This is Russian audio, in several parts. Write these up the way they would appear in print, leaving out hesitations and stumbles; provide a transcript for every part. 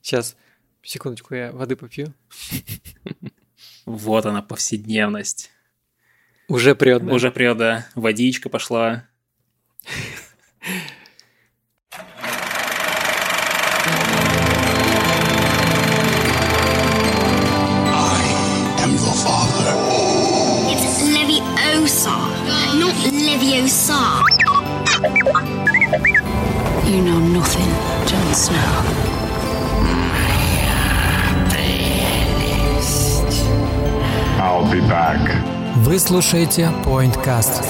Сейчас, секундочку, я воды попью. Вот она, повседневность. Уже прет, да? Уже прет, да. Водичка пошла. It's Leviosa, not Leviosa. You know nothing, Jon Snow. I'll be back. Вы слушаете PointCast.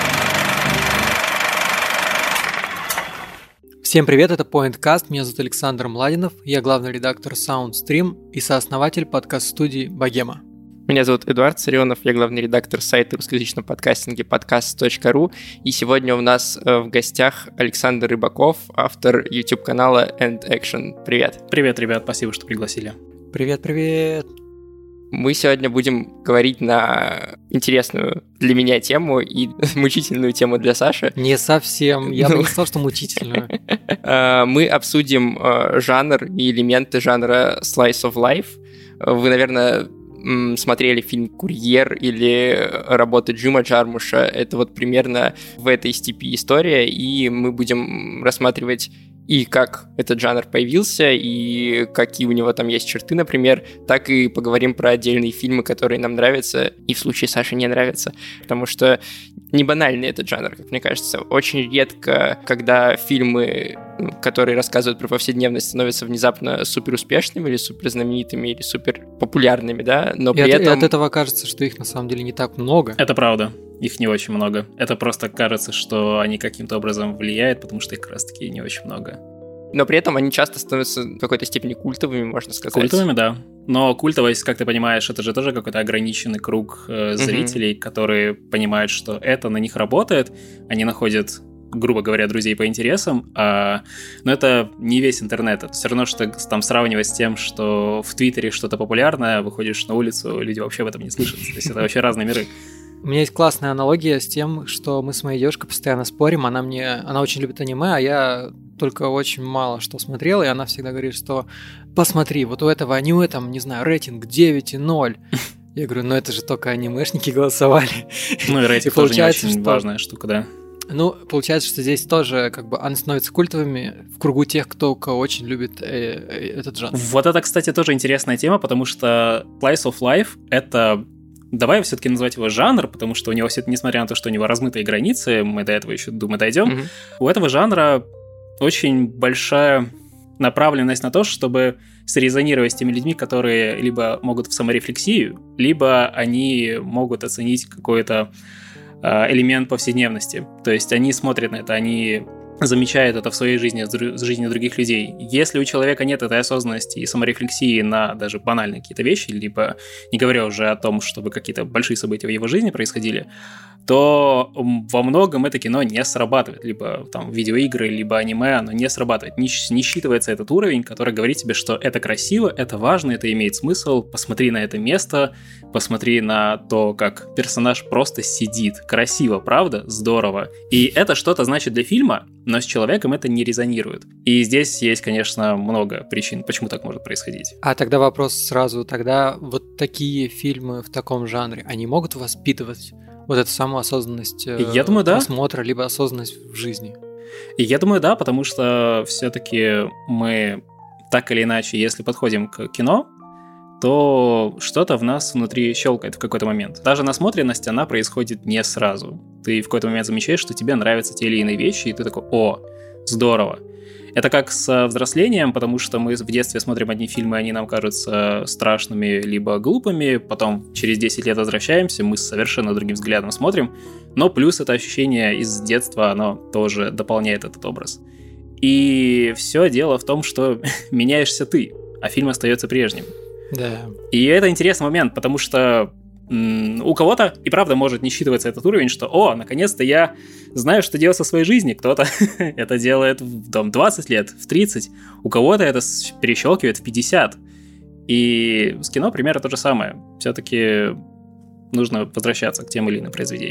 Всем привет, это PointCast, меня зовут Александр Младинов, я главный редактор SoundStream и сооснователь подкаст-студии Богема. Меня зовут Эдуард Царионов, я главный редактор сайта русскоязычного подкастинга podcast.ru, и сегодня у нас в гостях Александр Рыбаков, автор YouTube-канала End Action. Привет. Привет, ребят, спасибо, что пригласили. Привет. Мы сегодня будем говорить на интересную для меня тему и мучительную тему для Саши. Не совсем, я бы не сказал, что мучительную. Мы обсудим жанр и элементы жанра Slice of Life. Вы, наверное, смотрели фильм «Курьер» или работы Джима Джармуша. Это вот примерно в этой степи история, и мы будем рассматривать и как этот жанр появился, и какие у него там есть черты, например, так и поговорим про отдельные фильмы, которые нам нравятся, и в случае Саши не нравятся, потому что не банальный этот жанр, как мне кажется. Очень редко, когда фильмы, которые рассказывают про повседневность, становятся внезапно суперуспешными или суперзнаменитыми, или суперпопулярными, да, но при этом... от этого кажется, что их на самом деле не так много. Это правда. Их не очень много. Это просто кажется, что они каким-то образом влияют, потому что их как раз-таки не очень много. Но при этом они часто становятся в какой-то степени культовыми, можно сказать. Культовыми, да. Но культовость, как ты понимаешь, это же тоже какой-то ограниченный круг зрителей, которые понимают, что это на них работает. Они находят, грубо говоря, друзей по интересам. Но это не весь интернет. Это все равно, что там сравнивать с тем, что в Твиттере что-то популярное, выходишь на улицу, люди вообще об этом не слышат. То есть это вообще разные миры. У меня есть классная аналогия с тем, что мы с моей девушкой постоянно спорим. Она очень любит аниме, а я только очень мало что смотрел, и она всегда говорит, что посмотри, вот у этого аниме, там, не знаю, рейтинг 9,0. Я говорю, это же только анимешники голосовали. Ну и рейтинг тоже не очень важная штука, да. Ну, получается, что здесь тоже они становятся культовыми в кругу тех, кто очень любит этот жанр. Вот это, кстати, тоже интересная тема, потому что Slice of Life — это... Давай все-таки назвать его жанр, потому что у него все-таки, несмотря на то, что у него размытые границы, мы до этого еще, думаю, дойдем, у этого жанра очень большая направленность на то, чтобы срезонировать с теми людьми, которые либо могут в саморефлексию, либо они могут оценить какой-то элемент повседневности. То есть они смотрят на это, они замечают это в своей жизни, в жизни других людей. Если у человека нет этой осознанности и саморефлексии на даже банальные какие-то вещи, либо не говоря уже о том, чтобы какие-то большие события в его жизни происходили, то во многом это кино не срабатывает. Либо там видеоигры, либо аниме, оно не срабатывает. Не считывается этот уровень, который говорит тебе, что это красиво, это важно, это имеет смысл. Посмотри на это место, посмотри на то, как персонаж просто сидит. Красиво, правда? Здорово. И это что-то значит для фильма, но с человеком это не резонирует. И здесь есть, конечно, много причин, почему так может происходить. А тогда вопрос сразу. Тогда вот такие фильмы в таком жанре, они могут воспитывать вот эту самую осознанность просмотра, либо осознанность в жизни? И я думаю, да, потому что все-таки мы так или иначе, если подходим к кино, то что-то в нас внутри щелкает в какой-то момент. Даже насмотренность, она происходит не сразу. Ты в какой-то момент замечаешь, что тебе нравятся те или иные вещи, и ты такой: о, здорово. Это как с взрослением, потому что мы в детстве смотрим одни фильмы, они нам кажутся страшными либо глупыми, потом через 10 лет возвращаемся, мы с совершенно другим взглядом смотрим, но плюс это ощущение из детства, оно тоже дополняет этот образ. И все дело в том, что меняешься ты, а фильм остается прежним. Да. И это интересный момент, потому что у кого-то и правда может не считываться этот уровень, что наконец-то я знаю, что делать со своей жизнью. Кто-то это делает в 20 лет, в 30, у кого-то это перещелкивает в 50. И с кино примерно то же самое. Все-таки нужно возвращаться к тем или иным произведениям.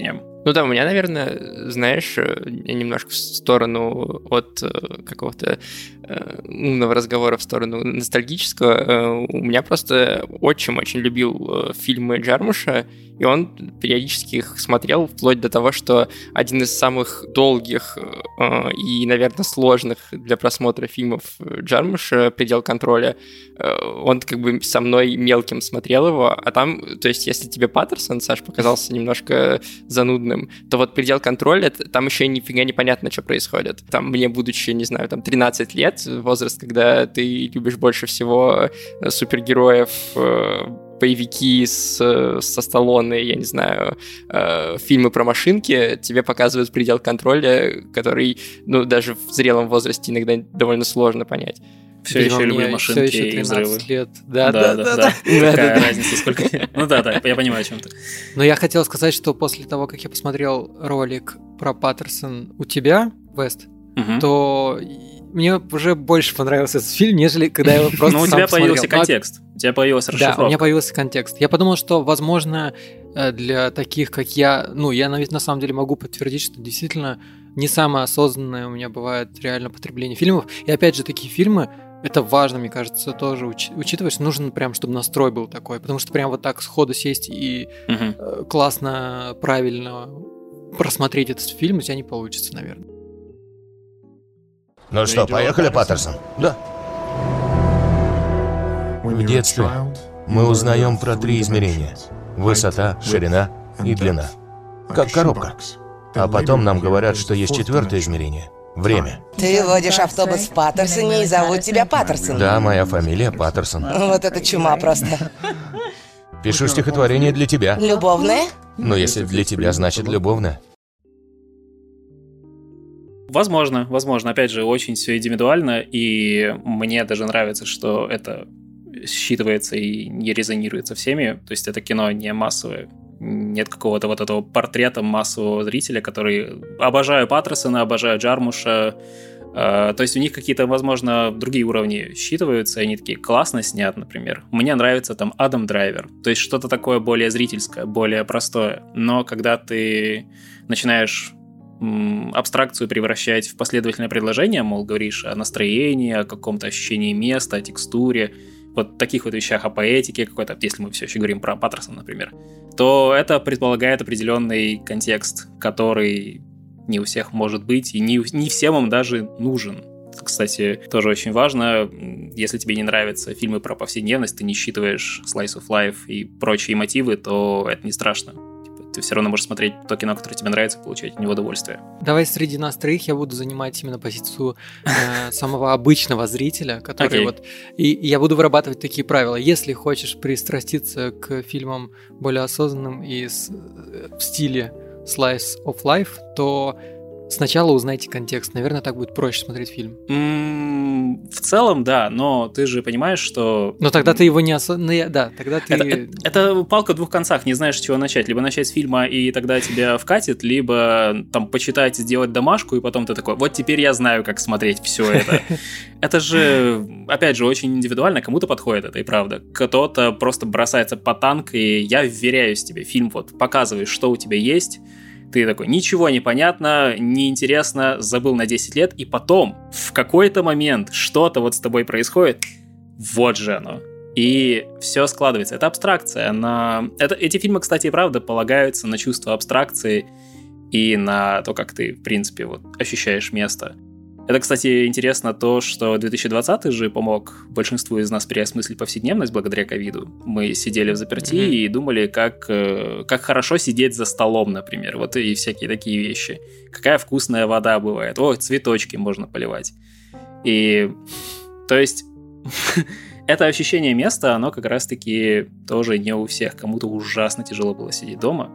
Ну да, у меня, наверное, знаешь, немножко в сторону от какого-то умного разговора в сторону ностальгического. У меня просто отчим очень любил фильмы Джармуша, и он периодически их смотрел вплоть до того, что один из самых долгих и, наверное, сложных для просмотра фильмов Джармуша «Предел контроля», он как бы со мной мелким смотрел его, а там, то есть, если тебе Паттерсон, Саш, показался немножко занудным, то вот «Предел контроля», там еще нифига непонятно, что происходит. Там мне, будучи, не знаю, там 13 лет, возраст, когда ты любишь больше всего супергероев, боевики со Сталлоне, я не знаю, фильмы про машинки, тебе показывают «Предел контроля», который, ну, даже в зрелом возрасте иногда довольно сложно понять. Все еще люблю машинки все еще 13 и взрывы. лет. Да. Какая разница, сколько... Ну да, я понимаю, о чем ты. Но я хотел сказать, что после того, как я посмотрел ролик про Паттерсон у тебя, Вест, то мне уже больше понравился этот фильм, нежели когда я его просто сам посмотрел. Ну, у тебя появился контекст, у тебя появилась расшифровка. Да, у меня появился контекст. Я подумал, что, возможно, для таких, как я, я на самом деле могу подтвердить, что действительно не самое осознанное у меня бывает реально потребление фильмов. И опять же, такие фильмы, это важно, мне кажется, тоже учитывать, что нужен прям, чтобы настрой был такой, потому что прям вот так сходу сесть и классно, правильно просмотреть этот фильм у тебя не получится, наверное. Ну что, поехали, Паттерсон? Да. В детстве мы узнаем про 3 измерения. Высота, ширина и длина. Как коробка. А потом нам говорят, что есть 4-е измерение. Время. Ты водишь автобус в Паттерсоне и зовут тебя Паттерсон. Да, моя фамилия Паттерсон. Вот это чума просто. Пишу стихотворение для тебя. Любовное? Ну, если для тебя, значит любовное. Возможно. Опять же, очень все индивидуально, и мне даже нравится, что это считывается и не резонирует со всеми. То есть это кино не массовое. Нет какого-то вот этого портрета массового зрителя, который... Обожаю Паттерсона, обожаю Джармуша. То есть у них какие-то, возможно, другие уровни считываются, и они такие классно снят, например. Мне нравится там Адам Драйвер. То есть что-то такое более зрительское, более простое. Но когда ты начинаешь абстракцию превращать в последовательное предложение, мол, говоришь о настроении, о каком-то ощущении места, о текстуре, вот таких вот вещах, о поэтике какой-то, если мы все еще говорим про Паттерсона, например, то это предполагает определенный контекст, который не у всех может быть, и не всем он даже нужен. Кстати, тоже очень важно, если тебе не нравятся фильмы про повседневность, ты не считываешь slice of life и прочие мотивы, то это не страшно. Ты все равно можешь смотреть то кино, которое тебе нравится, получать от него удовольствие. Давай среди нас троих я буду занимать именно позицию самого обычного зрителя, который вот... И я буду вырабатывать такие правила. Если хочешь пристраститься к фильмам более осознанным и в стиле slice of life, то сначала узнайте контекст. Наверное, так будет проще смотреть фильм. В целом, да, но ты же понимаешь, что... Но тогда ты его не осознанно... Да, тогда ты... Это палка в двух концах, не знаешь, с чего начать. Либо начать с фильма, и тогда тебя вкатит, либо там почитать, сделать домашку, и потом ты такой, вот теперь я знаю, как смотреть все это. Это же, опять же, очень индивидуально, кому-то подходит это, и правда. Кто-то просто бросается по танк, и я вверяюсь тебе, фильм вот показывает, что у тебя есть. Ты такой, ничего не понятно, неинтересно, забыл на 10 лет, и потом, в какой-то момент, что-то вот с тобой происходит, вот же оно. И все складывается. Это абстракция. Эти фильмы, кстати, и правда полагаются на чувство абстракции и на то, как ты, в принципе, вот, ощущаешь место. Это, кстати, интересно то, что 2020 же помог большинству из нас переосмыслить повседневность благодаря ковиду. Мы сидели в заперти и думали, как хорошо сидеть за столом, например, вот и всякие такие вещи. Какая вкусная вода бывает. О, цветочки можно поливать. И, то есть, это ощущение места, оно как раз-таки тоже не у всех. Кому-то ужасно тяжело было сидеть дома,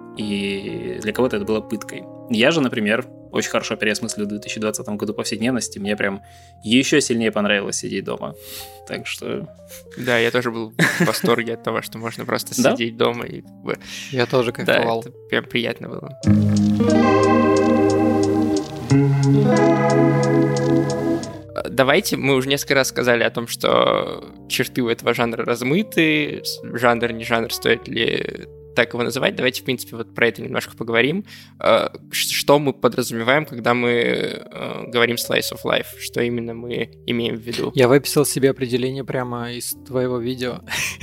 и для кого-то это было пыткой. Я же, например, очень хорошо переосмыслил в 2020 году повседневности. Мне прям еще сильнее понравилось сидеть дома. Так что... Да, я тоже был в восторге от того, что можно просто сидеть дома. И... Я тоже кайфовал. Да, это прям приятно было. Давайте, мы уже несколько раз сказали о том, что черты у этого жанра размыты, жанр, не жанр, стоит ли так его называть. Давайте, в принципе, вот про это немножко поговорим. Что мы подразумеваем, когда мы говорим slice of life? Что именно мы имеем в виду? Я выписал себе определение прямо из твоего видео.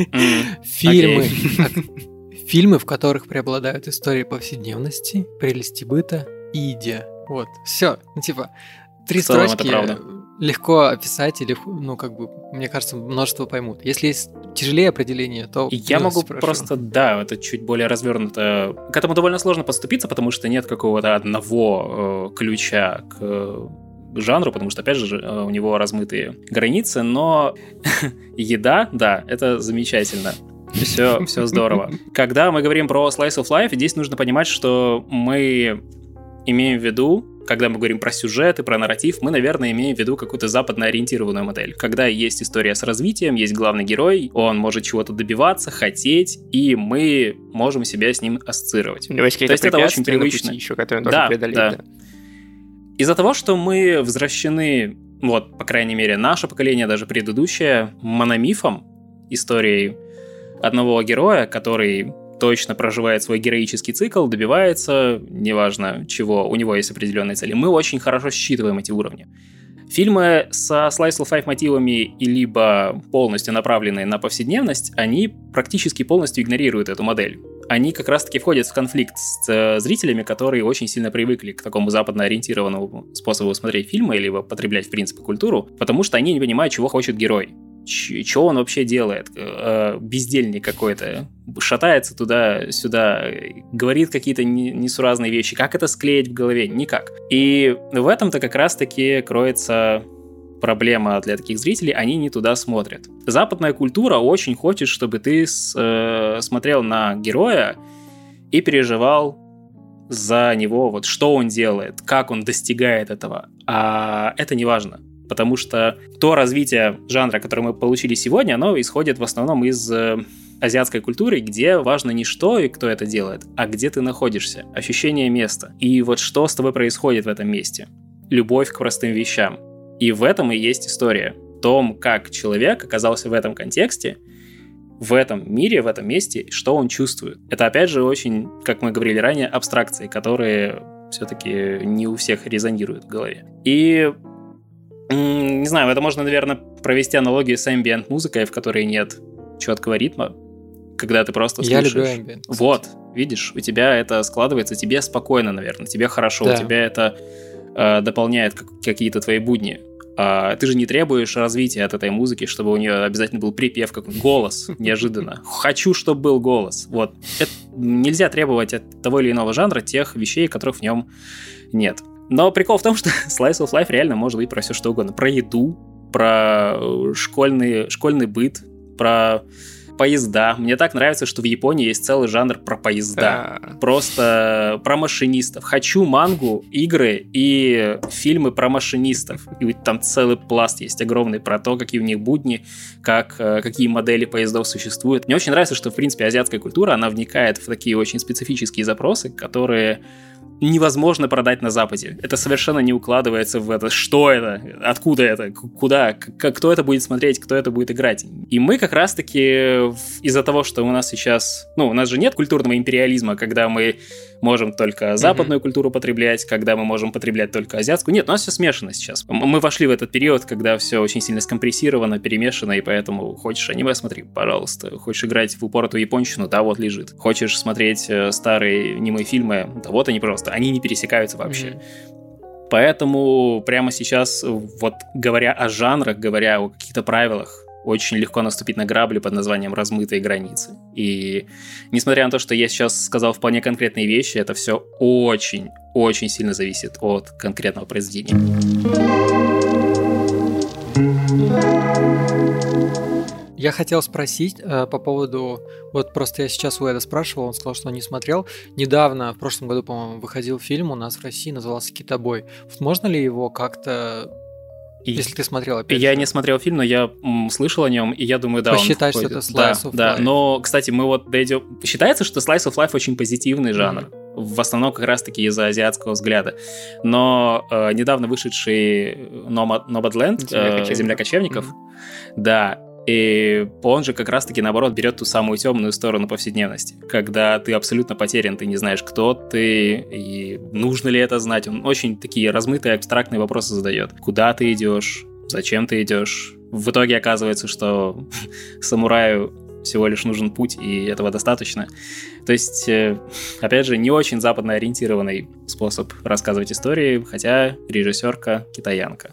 Фильмы. Фильмы, в которых преобладают истории повседневности, прелести быта и идея. Вот, все. Ну, типа, 3 строчки легко описать, или, ну, как бы, мне кажется, множество поймут. Если есть тяжелее определение, то... Я могу просто, да, это чуть более развернуто. К этому довольно сложно подступиться, потому что нет какого-то одного ключа к жанру, потому что, опять же, у него размытые границы, но еда, да, это замечательно. Все здорово. Когда мы говорим про slice of life, здесь нужно понимать, что мы имеем в виду, когда мы говорим про сюжет и про нарратив, мы, наверное, имеем в виду какую-то западно-ориентированную модель. Когда есть история с развитием, есть главный герой, он может чего-то добиваться, хотеть, и мы можем себя с ним ассоциировать. То есть это очень привычно. Еще, которые он должен преодолеть. Да. Из-за того, что мы возвращены, вот, по крайней мере, наше поколение, даже предыдущее, мономифом, историей одного героя, который точно проживает свой героический цикл, добивается, неважно чего, у него есть определенные цели. Мы очень хорошо считываем эти уровни. Фильмы со slice of life мотивами и либо полностью направленные на повседневность, они практически полностью игнорируют эту модель. Они как раз-таки входят в конфликт с зрителями, которые очень сильно привыкли к такому западно-ориентированному способу смотреть фильмы или потреблять, в принципе, культуру, потому что они не понимают, чего хочет герой. Что он вообще делает? Бездельник какой-то. Шатается туда-сюда, говорит какие-то несуразные вещи. Как это склеить в голове? Никак. И в этом-то как раз-таки кроется проблема для таких зрителей. Они не туда смотрят. Западная культура очень хочет, чтобы ты смотрел на героя и переживал за него, вот что он делает, как он достигает этого. А это не важно. Потому что то развитие жанра, которое мы получили сегодня, оно исходит в основном из азиатской культуры, где важно не что и кто это делает, а где ты находишься, ощущение места. И вот что с тобой происходит в этом месте. Любовь к простым вещам. И в этом и есть история. В том, как человек оказался в этом контексте, в этом мире, в этом месте, что он чувствует. Это, опять же, очень, как мы говорили ранее, абстракции, которые все-таки не у всех резонируют в голове. И не знаю, это можно, наверное, провести аналогию с ambient-музыкой, в которой нет четкого ритма, когда ты просто слушаешь. Я люблю ambient. Вот, видишь, у тебя это складывается, тебе спокойно, наверное, тебе хорошо, да. У тебя это дополняет какие-то твои будни. Ты же не требуешь развития от этой музыки, чтобы у нее обязательно был припев, какой-то голос, неожиданно. Хочу, чтобы был голос. Вот. Это нельзя требовать от того или иного жанра тех вещей, которых в нем нет. Но прикол в том, что slice of life реально может быть про все что угодно. Про еду, про школьный быт, про поезда. Мне так нравится, что в Японии есть целый жанр про поезда. Просто про машинистов. Хочу мангу, игры и фильмы про машинистов. И там целый пласт есть огромный про то, какие у них будни, какие модели поездов существуют. Мне очень нравится, что, в принципе, азиатская культура, она вникает в такие очень специфические запросы, которые невозможно продать на Западе. Это совершенно не укладывается в это. Что это? Откуда это? Куда? Кто это будет смотреть? Кто это будет играть? И мы как раз-таки из-за того, что у нас сейчас... у нас же нет культурного империализма, когда мы можем только западную культуру потреблять, когда мы можем потреблять только азиатскую. Нет, у нас все смешано сейчас. Мы вошли в этот период, когда все очень сильно скомпрессировано, перемешано, и поэтому хочешь аниме, смотри, пожалуйста. Хочешь играть в упоротую японщину, да, вот лежит. Хочешь смотреть старые немые фильмы, да вот они просто. Они не пересекаются вообще. Поэтому прямо сейчас, вот говоря о жанрах, говоря о каких-то правилах, очень легко наступить на грабли под названием «размытые границы». И несмотря на то, что я сейчас сказал вполне конкретные вещи, это все очень-очень сильно зависит от конкретного произведения. Я хотел спросить по поводу... Вот просто я сейчас у Эда спрашивал, он сказал, что он не смотрел. Недавно, в прошлом году, по-моему, выходил фильм у нас в России, назывался «Китобой». Можно ли его как-то... Если ты смотрел, опять Я же. не смотрел фильм, но я слышал о нем, и я думаю, да, посчитать, он что это slice of life. Да, но, кстати, мы вот дойдем... Считается, что slice of life очень позитивный жанр. В основном как раз-таки из-за азиатского взгляда. Но недавно вышедший Nomadland, «Земля кочевников», да, И он же как раз-таки, наоборот, берет ту самую темную сторону повседневности, когда ты абсолютно потерян, ты не знаешь, кто ты, и нужно ли это знать. Он очень такие размытые, абстрактные вопросы задает. Куда ты идешь? Зачем ты идешь? В итоге оказывается, что самураю всего лишь нужен путь, и этого достаточно. То есть, опять же, не очень западно ориентированный способ рассказывать истории, хотя режиссерка китаянка.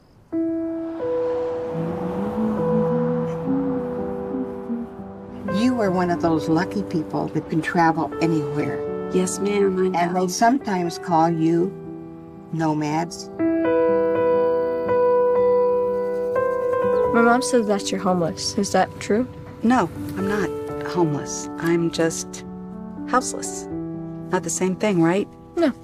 You are one of those lucky people that can travel anywhere. Yes, ma'am, I know. And they sometimes call you nomads. My mom says that you're homeless. Is that true? No, I'm not homeless. I'm just houseless. Not the same thing, right? No.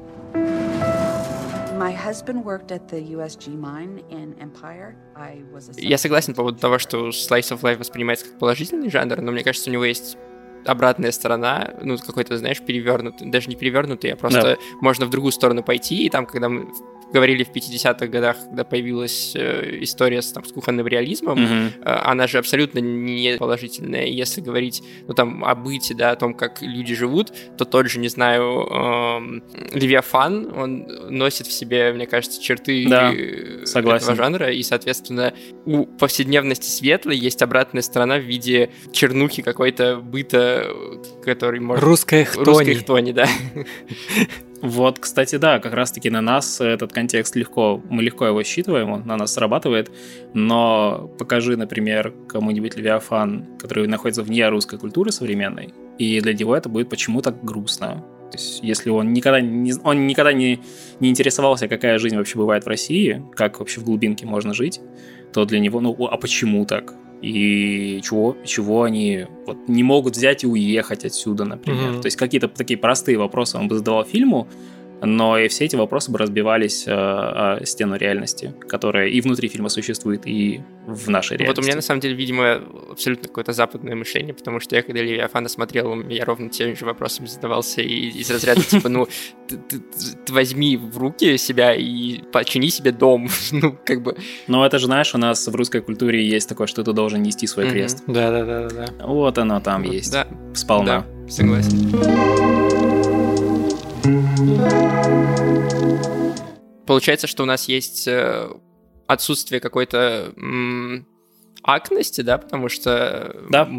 My husband worked at the USG mine in Empire. I was a... Я согласен по поводу того, что Slice of Life воспринимается как положительный жанр, но мне кажется, у него есть обратная сторона, ну, какой-то, знаешь, перевернутый, даже не перевернутый, а просто можно в другую сторону пойти, и там, когда мы говорили в 50-х годах, когда появилась история с кухонным реализмом, она же абсолютно не положительная. Если говорить, ну, там, о быте, да, о том, как люди живут, то тот же, не знаю, Левиафан, он носит в себе, мне кажется, черты этого жанра, и, соответственно, у повседневности светлой есть обратная сторона в виде чернухи какой-то быта, который может... Русской хтони, да. Вот, кстати, да, как раз-таки на нас этот контекст мы легко его считываем, он на нас срабатывает, но покажи, например, кому-нибудь Левиафан, который находится вне русской культуры современной, и для него это будет почему-то грустно. То есть, если он никогда не интересовался, какая жизнь вообще бывает в России, как вообще в глубинке можно жить, то для него, а почему так? И чего они не могут взять и уехать отсюда, например. То есть какие-то такие простые вопросы он бы задавал фильму, но и все эти вопросы бы разбивались о стену реальности, которая и внутри фильма существует, и в нашей реальности. Вот у меня, на самом деле, видимо, абсолютно какое-то западное мышление, потому что я, когда Левиафана смотрел, я ровно теми же вопросами задавался, и из разряда, типа, ты возьми в руки себя и почини себе дом, как бы. Но это же, знаешь, у нас в русской культуре есть такое, что ты должен нести свой крест. Да. Вот оно там есть, сполна. Да, согласен. Получается, что у нас есть отсутствие какой-то актности, да, потому что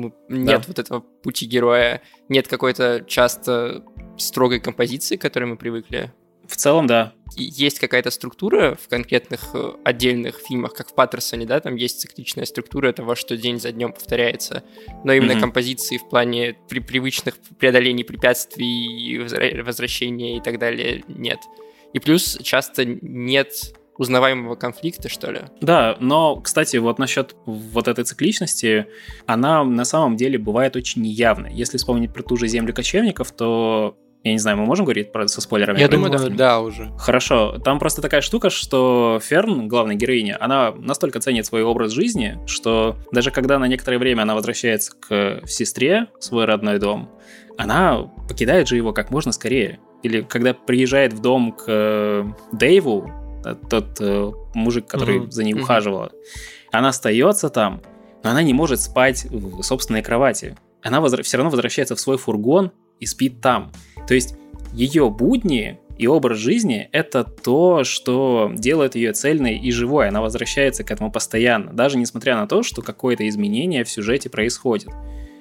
нет вот этого пути героя, нет какой-то часто строгой композиции, к которой мы привыкли. В целом, да. И есть какая-то структура в конкретных отдельных фильмах, как в Паттерсоне, да, там есть цикличная структура того, что день за днем повторяется, но именно композиции в плане привычных преодолений препятствий, возвращения и так далее нет. И плюс часто нет узнаваемого конфликта, что ли. Да, но, кстати, вот насчет вот этой цикличности, она на самом деле бывает очень неявной. Если вспомнить про ту же «Землю кочевников», то... Я не знаю, мы можем говорить со спойлерами? Я думаю, да, уже. Хорошо. Там просто такая штука, что Ферн, главная героиня, она настолько ценит свой образ жизни, что даже когда на некоторое время она возвращается к сестре в свой родной дом, она покидает же его как можно скорее. Или когда приезжает в дом к Дэйву, тот мужик, который за ней ухаживал, она остается там, но она не может спать в собственной кровати. Она все равно возвращается в свой фургон и спит там. То есть ее будни и образ жизни — это то, что делает ее цельной и живой. Она возвращается к этому постоянно, даже несмотря на то, что какое-то изменение в сюжете происходит.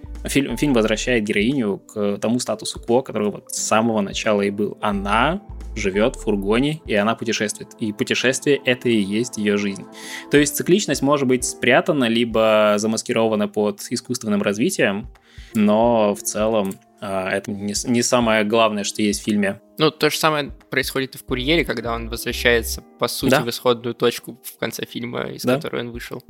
Фильм возвращает героиню к тому статусу кво, который вот с самого начала и был. Она живет в фургоне, и она путешествует. И путешествие — это и есть ее жизнь. То есть цикличность может быть спрятана, либо замаскирована под искусственным развитием, но в целом это не самое главное, что есть в фильме. Ну, то же самое происходит и в «Курьере», когда он возвращается, по сути, в исходную точку в конце фильма, из которой он вышел.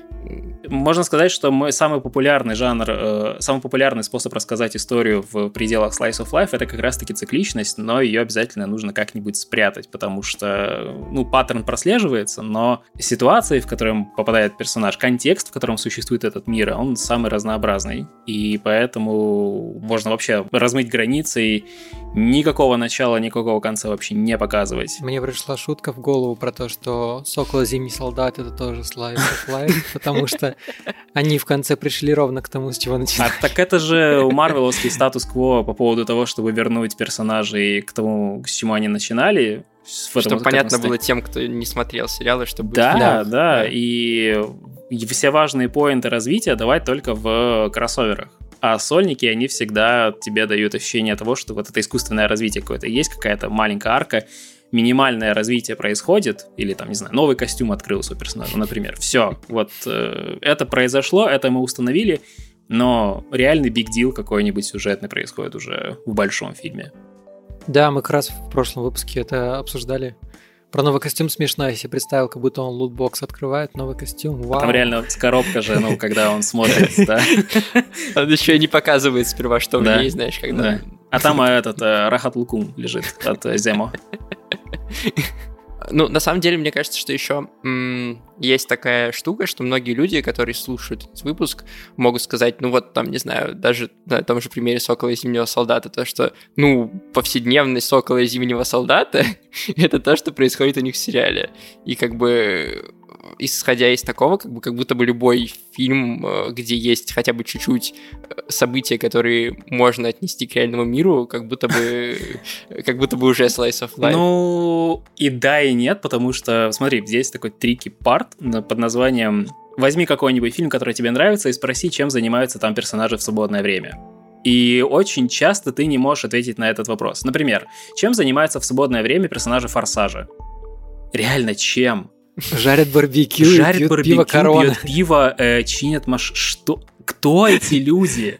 Можно сказать, что самый популярный жанр, самый популярный способ рассказать историю в пределах Slice of Life — это как раз-таки цикличность, но ее обязательно нужно как-нибудь спрятать, потому что, паттерн прослеживается, но ситуации, в котором попадает персонаж, контекст, в котором существует этот мир, он самый разнообразный, и поэтому можно вообще размыть границы, и никакого начала начала, никакого конца вообще не показывать. Мне пришла шутка в голову про то, что «Сокол и Зимний солдат» — это тоже Slice of Life, потому что они в конце пришли ровно к тому, с чего начинали. Так это же марвеловский статус-кво по поводу того, чтобы вернуть персонажей к тому, с чему они начинали. Чтобы понятно было тем, кто не смотрел сериалы, чтобы... Да, и все важные поинты развития давать только в кроссоверах. А сольники, они всегда тебе дают ощущение того, что вот это искусственное развитие какое-то. Есть какая-то маленькая арка, минимальное развитие происходит, или там, не знаю, новый костюм открылся у персонажа, например. Все, вот это произошло, это мы установили, но реальный биг-дил какой-нибудь сюжетный происходит уже в большом фильме. Да, мы как раз в прошлом выпуске это обсуждали. Про новый костюм смешно, я себе представил, как будто он лутбокс открывает, новый костюм, вау. Там реально коробка же, когда он смотрит, да. Он еще и не показывает сперва, что в ней, знаешь, когда... А там этот Рахат Лукум лежит от Земо. Ну, на самом деле, мне кажется, что еще есть такая штука, что многие люди, которые слушают этот выпуск, могут сказать, ну вот там, не знаю, даже на том же примере «Сокола и Зимнего солдата», то, что, ну, повседневность «Сокола и Зимнего солдата» — это то, что происходит у них в сериале. И как бы... исходя из такого, как будто бы любой фильм, где есть хотя бы чуть-чуть события, которые можно отнести к реальному миру, как будто бы уже slice of life. Ну, и да, и нет, потому что, смотри, здесь такой трики парт под названием «Возьми какой-нибудь фильм, который тебе нравится, и спроси, чем занимаются там персонажи в свободное время». И очень часто ты не можешь ответить на этот вопрос. Например, чем занимаются в свободное время персонажи «Форсажа»? Реально, чем? Жарят барбекю, пьют пиво «Корона». Пьют пиво, чинят машину. Что? Кто эти люди?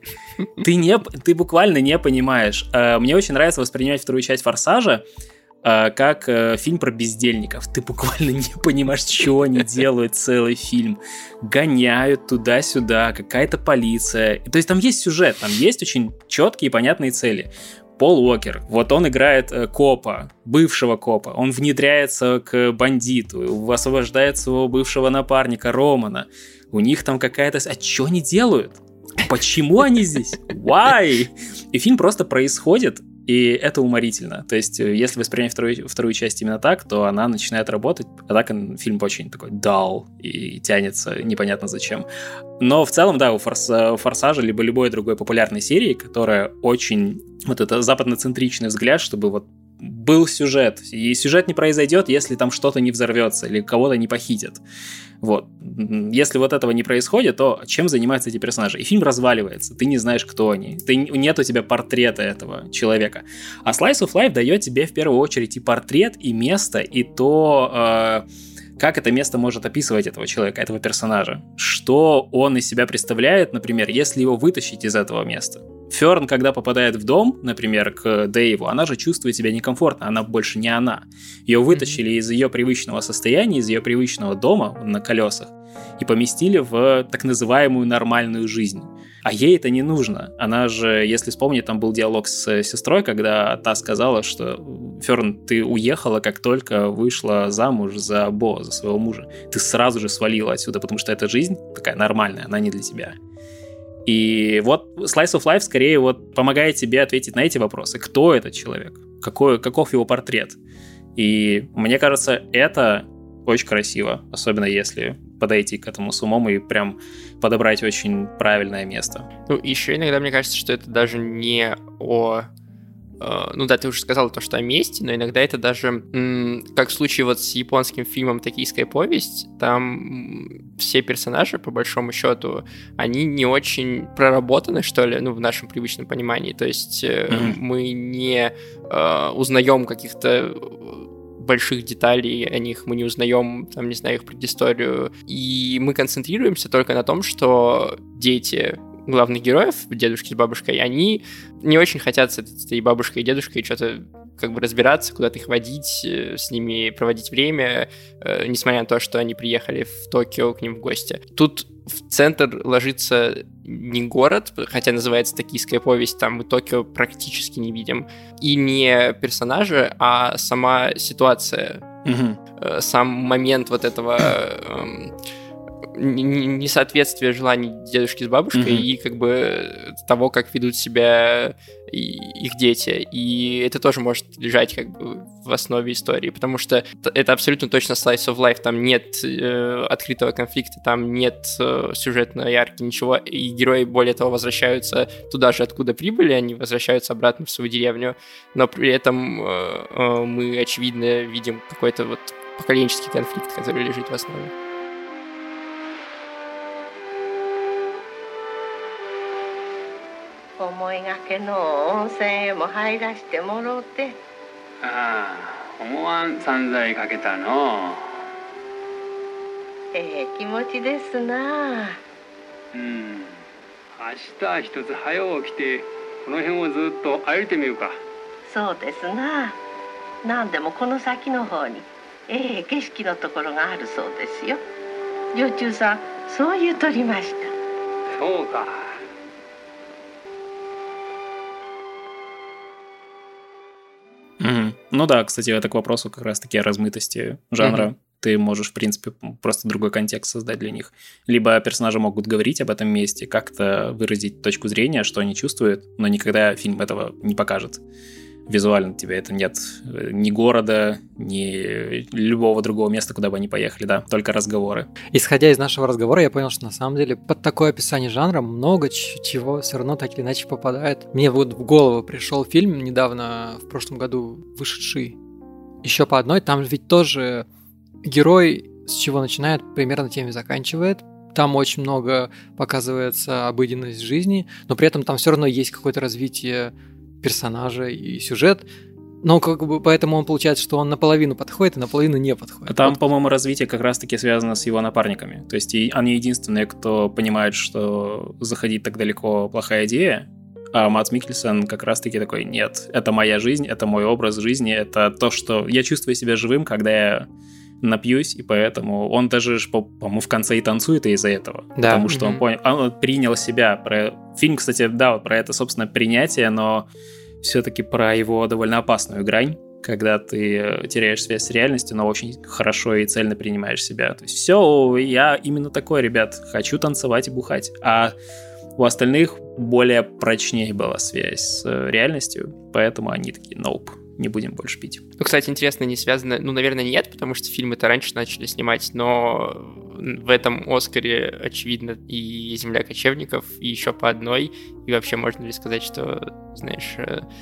Ты буквально не понимаешь. Мне очень нравится воспринимать вторую часть «Форсажа» как фильм про бездельников. Ты буквально не понимаешь, что они делают целый фильм. Гоняют туда-сюда, какая-то полиция. То есть там есть сюжет, там есть очень четкие и понятные цели. Пол Уокер, вот он играет копа, бывшего копа, он внедряется к бандиту, освобождает своего бывшего напарника Романа, у них там какая-то... А что они делают? Почему они здесь? Why? И фильм просто происходит, и это уморительно. То есть, если воспринять вторую часть именно так, то она начинает работать, а так фильм очень такой dull и тянется непонятно зачем. Но в целом, да, у «Форсажа» либо любой другой популярной серии, которая очень... Вот это западноцентричный взгляд, чтобы вот был сюжет, и сюжет не произойдет, если там что-то не взорвется или кого-то не похитят. Вот. Если вот этого не происходит, то чем занимаются эти персонажи? И фильм разваливается, ты не знаешь, кто они, нет у тебя портрета этого человека. А Slice of Life дает тебе в первую очередь и портрет, и место, и то... как это место может описывать этого человека, этого персонажа. Что он из себя представляет, например, если его вытащить из этого места. Фёрн, когда попадает в дом, например, к Дэйву, она же чувствует себя некомфортно, она больше не она. Ее вытащили из ее привычного состояния, из ее привычного дома на колесах и поместили в так называемую нормальную жизнь. А ей это не нужно. Она же, если вспомнить, там был диалог с сестрой, когда та сказала, что Фёрн, ты уехала, как только вышла замуж за Бо, за своего мужа. Ты сразу же свалила отсюда, потому что эта жизнь такая нормальная, она не для тебя. И вот Slice of Life скорее вот помогает тебе ответить на эти вопросы. Кто этот человек? Каков его портрет? И мне кажется, это очень красиво, особенно если подойти к этому с умом и прям подобрать очень правильное место. Ну, еще иногда мне кажется, что это даже не о... Ну да, ты уже сказал то, что о месте, но иногда это даже, как в случае вот с японским фильмом «Токийская повесть», там все персонажи, по большому счету, они не очень проработаны, что ли, ну, в нашем привычном понимании. То есть мы не узнаем каких-то больших деталей о них, мы не узнаем, там, не знаю, их предысторию. И мы концентрируемся только на том, что дети главных героев, дедушки с бабушкой, они не очень хотят с этой бабушкой и дедушкой что-то как бы разбираться, куда-то их водить, с ними проводить время, несмотря на то, что они приехали в Токио к ним в гости. Тут в центр ложится не город, хотя называется «Токийская повесть», там мы Токио практически не видим, и не персонажи, а сама ситуация, сам момент вот этого несоответствие желаний дедушки с бабушкой и как бы того, как ведут себя их дети. И это тоже может лежать как бы в основе истории, потому что это абсолютно точно slice of life. Там нет открытого конфликта, там нет сюжетной арки, ничего. И герои, более того, возвращаются туда же, откуда прибыли, они возвращаются обратно в свою деревню, но при этом мы, очевидно, видим какой-то вот поколенческий конфликт, который лежит в основе. Ну да, кстати, это к вопросу как раз-таки о размытости жанра. Ты можешь, в принципе, просто другой контекст создать для них. Либо персонажи могут говорить об этом месте, как-то выразить точку зрения, что они чувствуют, но никогда фильм этого не покажет. Визуально тебе это нет ни города, ни любого другого места, куда бы они поехали, да, только разговоры. Исходя из нашего разговора, я понял, что на самом деле под такое описание жанра много чего все равно так или иначе попадает. Мне вот в голову пришел фильм, недавно, в прошлом году вышедший, «Еще по одной», там ведь тоже герой с чего начинает, примерно тем и заканчивает. Там очень много показывается обыденность жизни, но при этом там все равно есть какое-то развитие персонажа и сюжет, но как бы поэтому он получается, что он наполовину подходит и наполовину не подходит. Там, по-моему, развитие как раз-таки связано с его напарниками. То есть они единственные, кто понимает, что заходить так далеко плохая идея, а Мадс Миккельсен как раз-таки такой: нет, это моя жизнь, это мой образ жизни, это то, что я чувствую себя живым, когда я напьюсь, и поэтому он даже, по-моему, в конце и танцует из-за этого. Да. Потому что он понял, он принял себя. Фильм, кстати, да, про это, собственно, принятие, но все-таки про его довольно опасную грань, когда ты теряешь связь с реальностью, но очень хорошо и цельно принимаешь себя. То есть все, я именно такой, ребят, хочу танцевать и бухать. А у остальных более прочнее была связь с реальностью, поэтому они такие: nope, не будем больше пить. Ну, кстати, интересно, не связано... Ну, наверное, нет, потому что фильмы-то раньше начали снимать, но в этом «Оскаре» очевидно и «Земля кочевников», и «Еще по одной». И вообще, можно ли сказать, что, знаешь,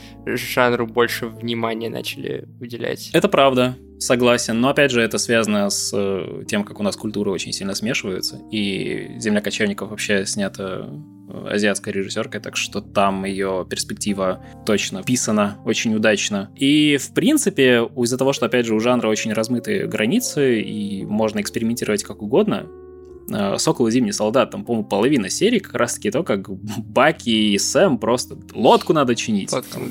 жанру больше внимания начали уделять? Это правда, согласен. Но, опять же, это связано с тем, как у нас культуры очень сильно смешиваются. И «Земля кочевников» вообще снята азиатской режиссеркой, так что там ее перспектива точно писана очень удачно. И, в принципе, из-за того, что, опять же, у жанра очень размытые границы, и можно экспериментировать как угодно, «Сокол и Зимний солдат», там, по-моему, половина серии как раз-таки то, как Баки и Сэм просто лодку надо чинить.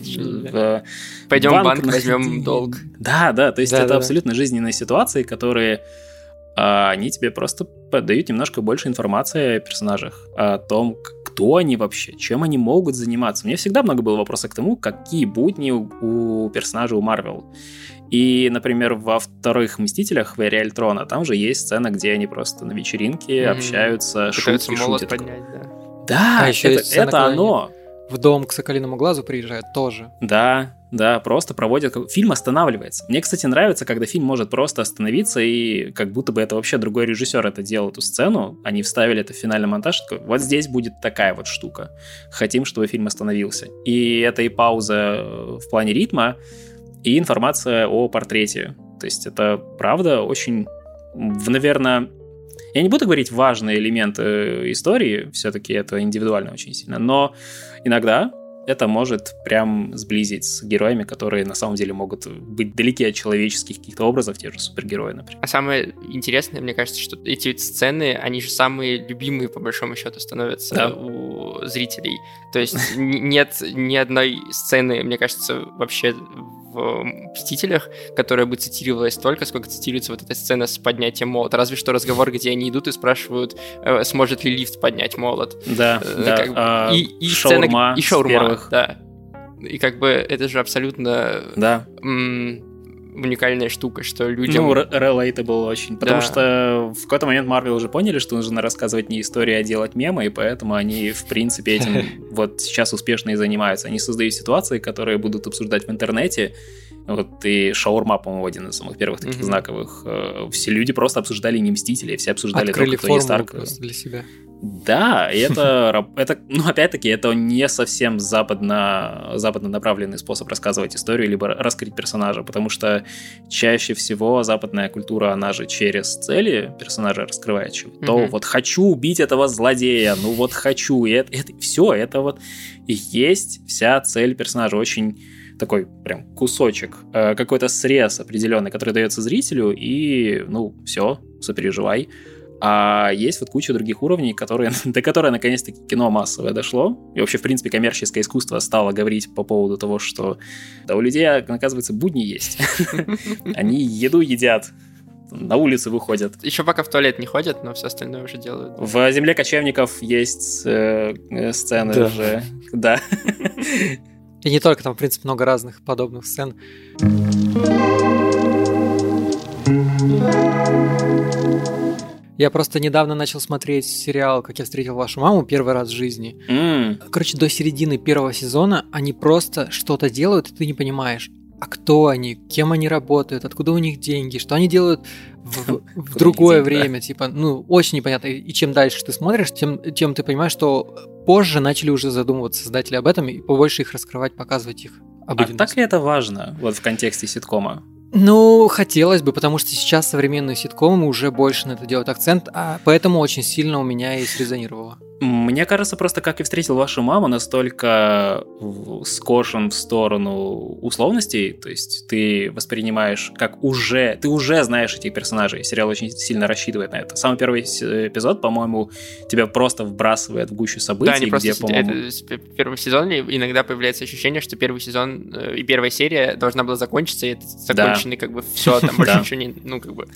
Пойдем в банк, возьмем долг. Да, то есть это абсолютно жизненные ситуации, которые... они тебе просто подают немножко больше информации о персонажах, о том, кто они вообще, чем они могут заниматься. У меня всегда много было вопросов к тому, какие будни у персонажей у Марвел. И, например, во вторых «Мстителях», в «Эре Альтрона», там же есть сцена, где они просто на вечеринке общаются, пытаются шутки шутят. Поднять, да, еще это оно. В дом к Соколиному глазу приезжают тоже. Да, просто проводят... Фильм останавливается. Мне, кстати, нравится, когда фильм может просто остановиться, и как будто бы это вообще другой режиссер это делал, эту сцену. Они вставили это в финальный монтаж. Такой: вот здесь будет такая вот штука. Хотим, чтобы фильм остановился. И это и пауза в плане ритма, и информация о портрете. То есть это, правда, очень... Наверное... Я не буду говорить важные элементы истории, все-таки это индивидуально очень сильно, но иногда это может прям сблизить с героями, которые на самом деле могут быть далеки от человеческих каких-то образов, те же супергерои, например. А самое интересное, мне кажется, что эти сцены, они же самые любимые, по большому счету, становятся у зрителей. То есть нет ни одной сцены, мне кажется, вообще в «Мстителях», которая бы цитировалась столько, сколько цитируется вот эта сцена с поднятием молота. Разве что разговор, где они идут и спрашивают, сможет ли лифт поднять молот. Да. И шаурма. И шаурма, да. И как бы это же абсолютно уникальная штука, что людям... Ну, relatable очень, потому что в какой-то момент Marvel уже поняли, что нужно рассказывать не истории, а делать мемы, и поэтому они, в принципе, этим вот сейчас успешно и занимаются. Они создают ситуации, которые будут обсуждать в интернете. Вот и шаурма, по-моему, один из самых первых таких знаковых. Все люди просто обсуждали не Мстителей, все обсуждали открыли только Тони Старка. просто для себя. Да, и это, ну, опять-таки, это не совсем западно направленный способ рассказывать историю, либо раскрыть персонажа, потому что чаще всего западная культура, она же через цели персонажа раскрывает чего. То вот хочу убить этого злодея, ну вот хочу, и это все, это вот и есть вся цель персонажа, очень такой прям кусочек, какой-то срез определенный, который дается зрителю, и, ну, все, сопереживай. А есть вот куча других уровней, до которой наконец-таки кино массовое дошло. И вообще, в принципе, коммерческое искусство стало говорить по поводу того, что да, у людей, оказывается, будни есть. Они еду едят, на улицу выходят. Еще пока в туалет не ходят, но все остальное уже делают. В «Земле кочевников» есть сцены уже. Да. И не только, там, в принципе, много разных подобных сцен. Я просто недавно начал смотреть сериал «Как я встретил вашу маму» первый раз в жизни. Короче, до середины первого сезона они просто что-то делают, и ты не понимаешь, а кто они, кем они работают, откуда у них деньги, что они делают в другое время. Типа, ну, очень непонятно. И чем дальше ты смотришь, тем ты понимаешь, что позже начали уже задумываться создатели об этом и побольше их раскрывать, показывать их обыденность. А так ли это важно вот в контексте ситкома? Ну, хотелось бы, потому что сейчас современные ситкомы уже больше на это делают акцент, а поэтому очень сильно у меня и срезонировало. Мне кажется, просто «Как я встретил вашу маму» настолько скошен в сторону условностей, то есть ты воспринимаешь как ты уже знаешь этих персонажей, сериал очень сильно рассчитывает на это. Самый первый эпизод, по-моему, тебя просто вбрасывает в гущу событий, да, они где, просто, по-моему... В первом сезоне иногда появляется ощущение, что первый сезон и первая серия должна была закончиться, и это законченный как бы все, там больше ничего не... Ну, как бы...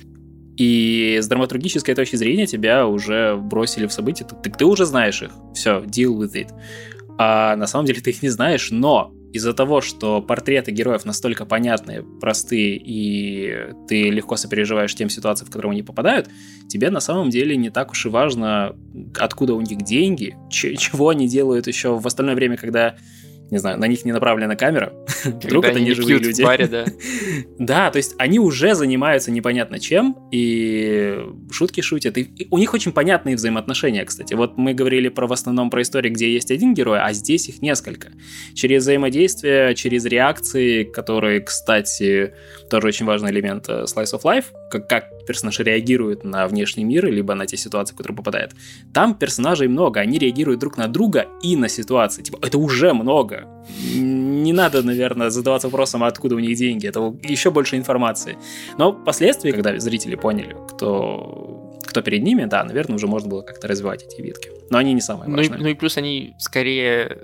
И с драматургической точки зрения тебя уже бросили в события, ты уже знаешь их, все, deal with it. А на самом деле ты их не знаешь, но из-за того, что портреты героев настолько понятные, простые, и ты легко сопереживаешь тем ситуациям, в которые они попадают, тебе на самом деле не так уж и важно, откуда у них деньги, чего они делают еще в остальное время, когда... Не знаю, на них не направлена камера. Вдруг это не живые люди. В баре, да. Да, то есть они уже занимаются непонятно чем, и шутки шутят. И у них очень понятные взаимоотношения, кстати. Вот мы говорили в основном про истории, где есть один герой, а здесь их несколько. Через взаимодействие, через реакции, которые, кстати, тоже очень важный элемент Slice of Life, как персонаж реагирует на внешний мир, либо на те ситуации, в которые попадает. Там персонажей много, они реагируют друг на друга и на ситуации. Типа, это уже много. Не надо, наверное, задаваться вопросом, откуда у них деньги. Это еще больше информации. Но впоследствии, когда зрители поняли, кто перед ними, да, наверное, уже можно было как-то развивать эти витки. Но они не самые важные. Ну и плюс они скорее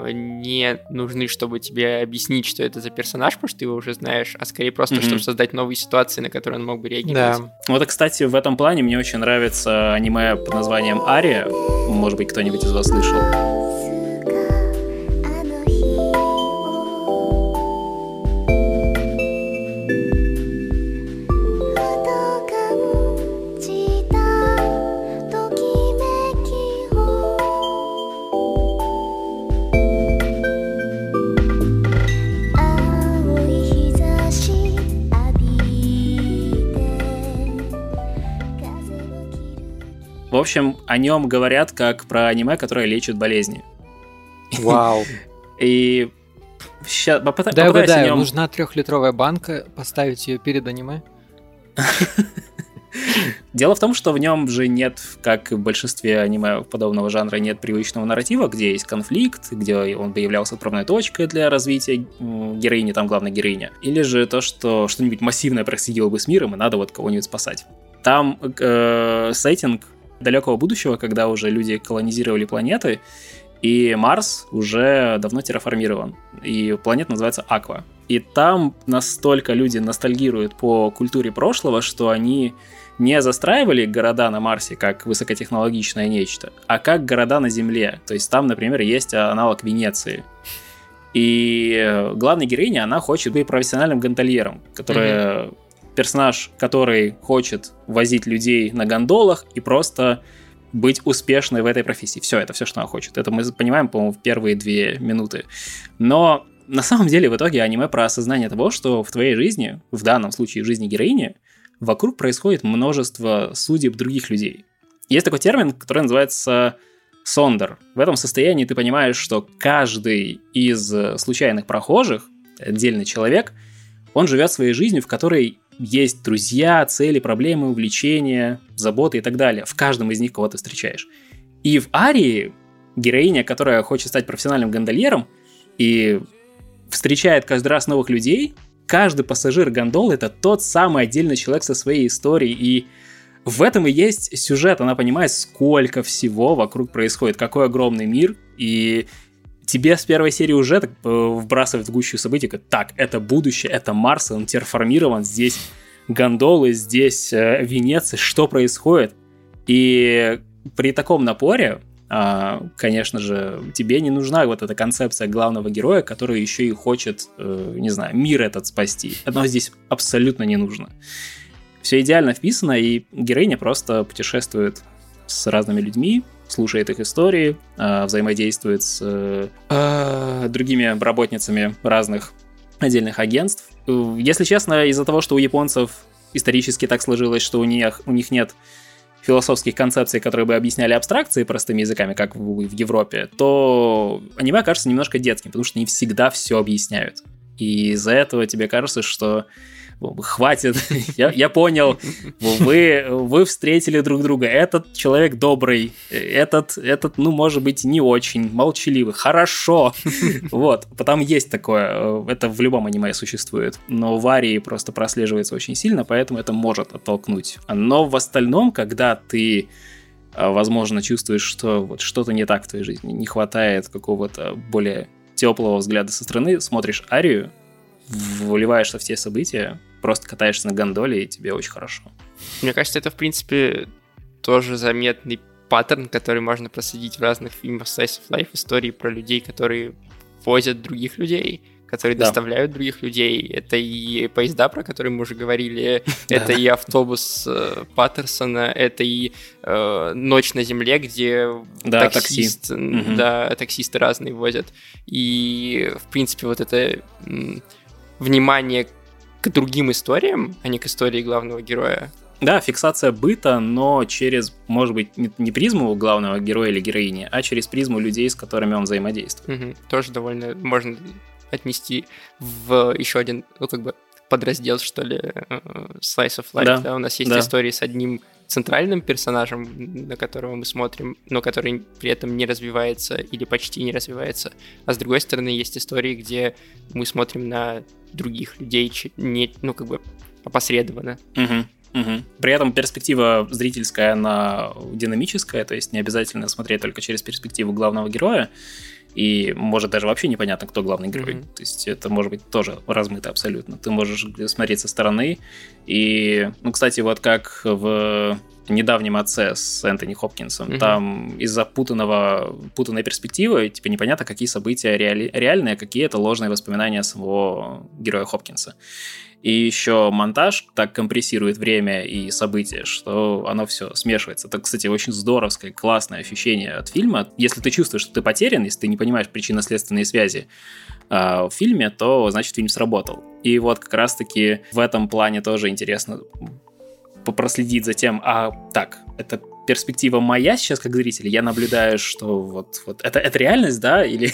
не нужны, чтобы тебе объяснить, что это за персонаж, потому что ты его уже знаешь, а скорее просто, чтобы создать новые ситуации, на которые он мог бы реагировать. Да. Вот, кстати, в этом плане мне очень нравится аниме под названием «Ария». Может быть, кто-нибудь из вас слышал. В общем, о нем говорят как про аниме, которое лечит болезни. Вау. И сейчас да, угадаю, нем... нужна 3-литровая банка, поставить ее перед аниме. Дело в том, что в нем же нет, как и в большинстве аниме подобного жанра, нет привычного нарратива, где есть конфликт, где он бы являлся отправной точкой для развития героини, там главная героиня. Или же то, что что-нибудь массивное происходило бы с миром, и надо вот кого-нибудь спасать. Там сеттинг далекого будущего, когда уже люди колонизировали планеты, и Марс уже давно терраформирован. И планета называется Аква. И там настолько люди ностальгируют по культуре прошлого, что они не застраивали города на Марсе как высокотехнологичное нечто, а как города на Земле. То есть там, например, есть аналог Венеции. И главная героиня, она хочет быть профессиональным гондольером, персонаж, который хочет возить людей на гондолах и просто быть успешной в этой профессии. Все, это все, что она хочет. Это мы понимаем, по-моему, в первые 2 минуты. Но на самом деле в итоге аниме про осознание того, что в твоей жизни, в данном случае в жизни героини, вокруг происходит множество судеб других людей. Есть такой термин, который называется сондер. В этом состоянии ты понимаешь, что каждый из случайных прохожих, отдельный человек, он живет своей жизнью, в которой есть друзья, цели, проблемы, увлечения, заботы и так далее. В каждом из них кого ты встречаешь. И в Арии героиня, которая хочет стать профессиональным гондольером и встречает каждый раз новых людей, каждый пассажир гондолы — это тот самый отдельный человек со своей историей, и в этом и есть сюжет. Она понимает, сколько всего вокруг происходит, какой огромный мир, и тебе с первой серии уже так вбрасывают в гущу событий, как так, это будущее, это Марс, он терраформирован, здесь гондолы, здесь Венеция, что происходит? И при таком напоре, конечно же, тебе не нужна вот эта концепция главного героя, который еще и хочет, не знаю, мир этот спасти. Оно здесь абсолютно не нужно. Все идеально вписано, и героиня просто путешествует с разными людьми, слушает их истории, взаимодействует с другими работницами разных отдельных агентств. Если честно, из-за того, что у японцев исторически так сложилось, что у них нет философских концепций, которые бы объясняли абстракции простыми языками, как в Европе, то аниме кажется немножко детским, потому что не всегда все объясняют. И из-за этого тебе кажется, что хватит, я понял, вы встретили друг друга, этот человек добрый, этот, ну, может быть, не очень, молчаливый, хорошо, вот, там есть такое, это в любом аниме существует, но в Арии просто прослеживается очень сильно, поэтому это может оттолкнуть, но в остальном, когда ты, возможно, чувствуешь, что вот что-то не так в твоей жизни, не хватает какого-то более теплого взгляда со стороны, смотришь Арию, вливаешься в те события, просто катаешься на гондоле, и тебе очень хорошо. Мне кажется, это, в принципе, тоже заметный паттерн, который можно проследить в разных фильмах Slice of Life, истории про людей, которые возят других людей, которые доставляют других людей. Это и поезда, про которые мы уже говорили, это и автобус Паттерсона, это и «Ночь на земле», где таксисты разные возят. И, в принципе, вот это внимание к другим историям, а не к истории главного героя. Да, фиксация быта, но через, может быть, не призму главного героя или героини, а через призму людей, с которыми он взаимодействует. Тоже довольно можно отнести в еще один, ну, как бы, подраздел, что ли, Slice of Life. Да, у нас есть истории с одним центральным персонажем, на которого мы смотрим, но который при этом не развивается или почти не развивается. А с другой стороны, есть истории, где мы смотрим на других людей, ну, как бы, опосредованно. При этом перспектива зрительская, она динамическая, то есть не обязательно смотреть только через перспективу главного героя, и может даже вообще непонятно, кто главный герой. То есть это может быть тоже размыто абсолютно. Ты можешь смотреть со стороны. И, ну, кстати, вот как в «Недавнем отце» с Энтони Хопкинсом, там из-за путанной перспективы типа непонятно, какие события реальные, а какие это ложные воспоминания самого героя Хопкинса. И еще монтаж так компрессирует время и события, что оно все смешивается. Это, кстати, очень здоровское, классное ощущение от фильма. Если ты чувствуешь, что ты потерян, если ты не понимаешь причинно-следственные связи в фильме, то, значит, фильм сработал. И вот как раз-таки в этом плане тоже интересно проследить за тем, так, это перспектива моя сейчас как зритель, я наблюдаю, что вот это реальность, да, или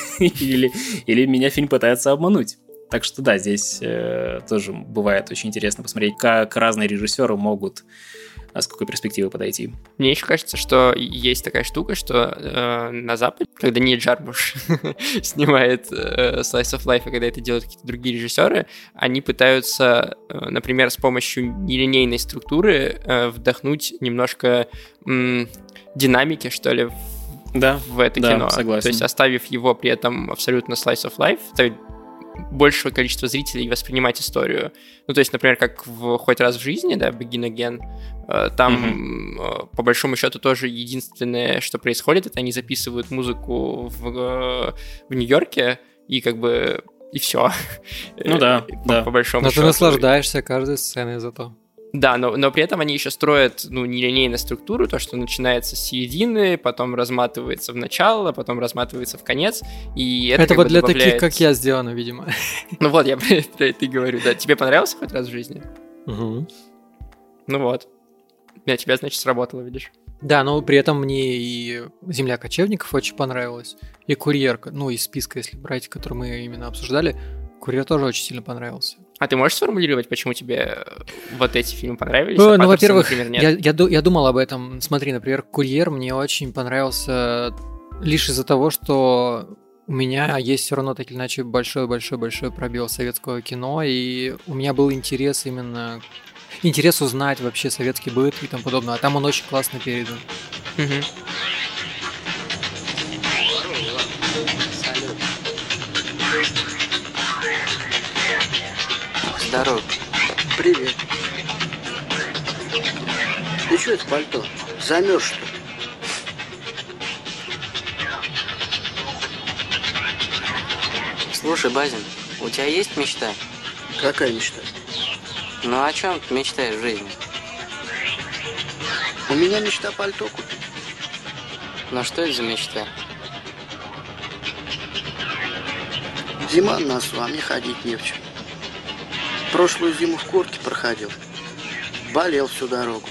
меня фильм пытается обмануть. Так что да, здесь тоже бывает очень интересно посмотреть, как разные режиссеры могут с какой перспективы подойти. Мне еще кажется, что есть такая штука, что на Западе, когда Нил Джармуш снимает Slice of Life, и когда это делают какие-то другие режиссеры, они пытаются, например, с помощью нелинейной структуры вдохнуть немножко динамики, что ли, в это кино. Согласен. То есть оставив его при этом абсолютно Slice of Life, ставить большего количества зрителей воспринимать историю. Ну, то есть, например, как в «Хоть раз в жизни», да, Begin Again, там, по большому счету, тоже единственное, что происходит, это они записывают музыку в Нью-Йорке, и как бы и все. Ну да, да. По большому счету. Но ты наслаждаешься каждой сценой зато. Да, но при этом они еще строят, нелинейную структуру, то, что начинается с середины, потом разматывается в начало, потом разматывается в конец, и это вот для добавляет... таких, как я, сделано, видимо. Ну вот, я про это и говорю, да. Тебе понравился хоть раз в жизни? Угу. Ну вот. Для тебя, значит, сработало, видишь? Да, но при этом мне и «Земля кочевников» очень понравилась, и «Курьер», из списка, если брать, который мы именно обсуждали, «Курьер» тоже очень сильно понравился. А ты можешь сформулировать, почему тебе вот эти фильмы понравились? Во-первых, например, нет? я думал об этом. Смотри, например, «Курьер» мне очень понравился лишь из-за того, что у меня есть все равно так или иначе большой-большой-большой пробел советского кино, и у меня был интерес узнать вообще советский быт и тому подобное. А там он очень классно передан. Угу. Здорово. Привет. Ты что это пальто? Замерз, что ли? Слушай, Базин, у тебя есть мечта? Какая мечта? Ну о чем ты мечтаешь в жизни? У меня мечта пальто купить. Ну что это за мечта? Зима на носу, а мне ходить не в чем. Прошлую зиму в куртке проходил. Болел всю дорогу.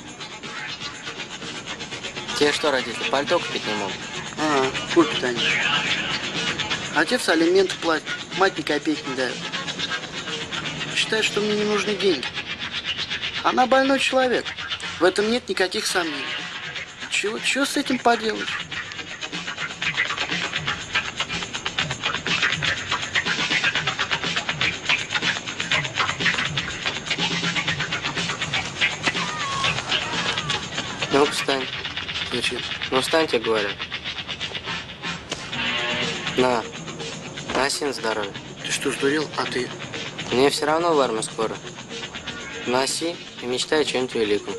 Тебе что, родители, пальто купить не могут? Купит они. Отец алименты платит, мать ни копейки не дает. Считает, что мне не нужны деньги. Она больной человек. В этом нет никаких сомнений. Чего с этим поделаешь? Ну-ка, встань. Зачем? Ну, встань, тебе говорят. На, носи на здоровье. Ты что, сдурел? А ты? Мне все равно в армию скоро. Носи и мечтай о чем-нибудь великом.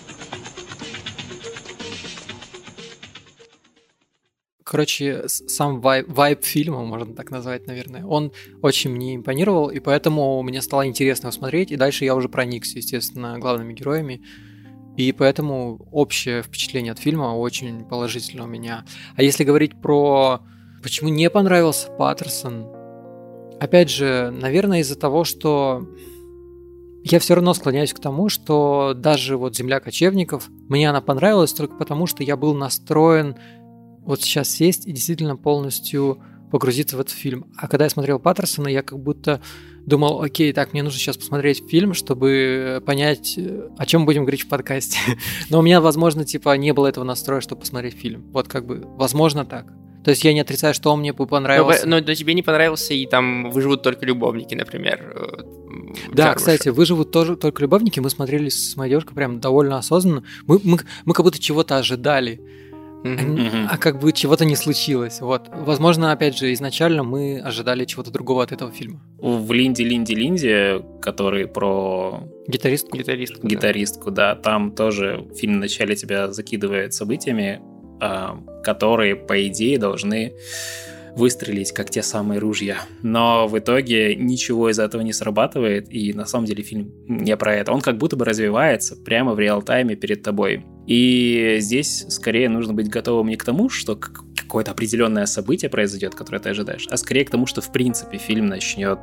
Короче, сам вайб фильма, можно так назвать, наверное, он очень мне импонировал, и поэтому мне стало интересно его смотреть, и дальше я уже проникся, естественно, главными героями, и поэтому общее впечатление от фильма очень положительное у меня. А если говорить про почему не понравился Паттерсон, опять же, наверное, из-за того, что я все равно склоняюсь к тому, что даже вот «Земля кочевников», мне она понравилась только потому, что я был настроен вот сейчас сесть и действительно полностью погрузиться в этот фильм. А когда я смотрел Паттерсона, я как будто думал, окей, так, мне нужно сейчас посмотреть фильм, чтобы понять, о чем будем говорить в подкасте. Но у меня, возможно, не было этого настроя, чтобы посмотреть фильм. Вот как бы, возможно, так. То есть я не отрицаю, что он мне понравился. Но тебе не понравился и там «Выживут только любовники», например. Да, кстати, «Выживут только любовники» мы смотрели с моей девушкой прям довольно осознанно. Мы как будто чего-то ожидали. А как бы чего-то не случилось. Вот. Возможно, опять же, изначально мы ожидали чего-то другого от этого фильма. В «Линде», который про... Гитаристку, да. Там тоже фильм вначале тебя закидывает событиями, которые, по идее, должны выстрелить, как те самые ружья. Но в итоге ничего из этого не срабатывает, и на самом деле фильм не про это. Он как будто бы развивается прямо в реал-тайме перед тобой. И здесь скорее нужно быть готовым не к тому, что какое-то определенное событие произойдет, которое ты ожидаешь, а скорее к тому, что в принципе фильм начнет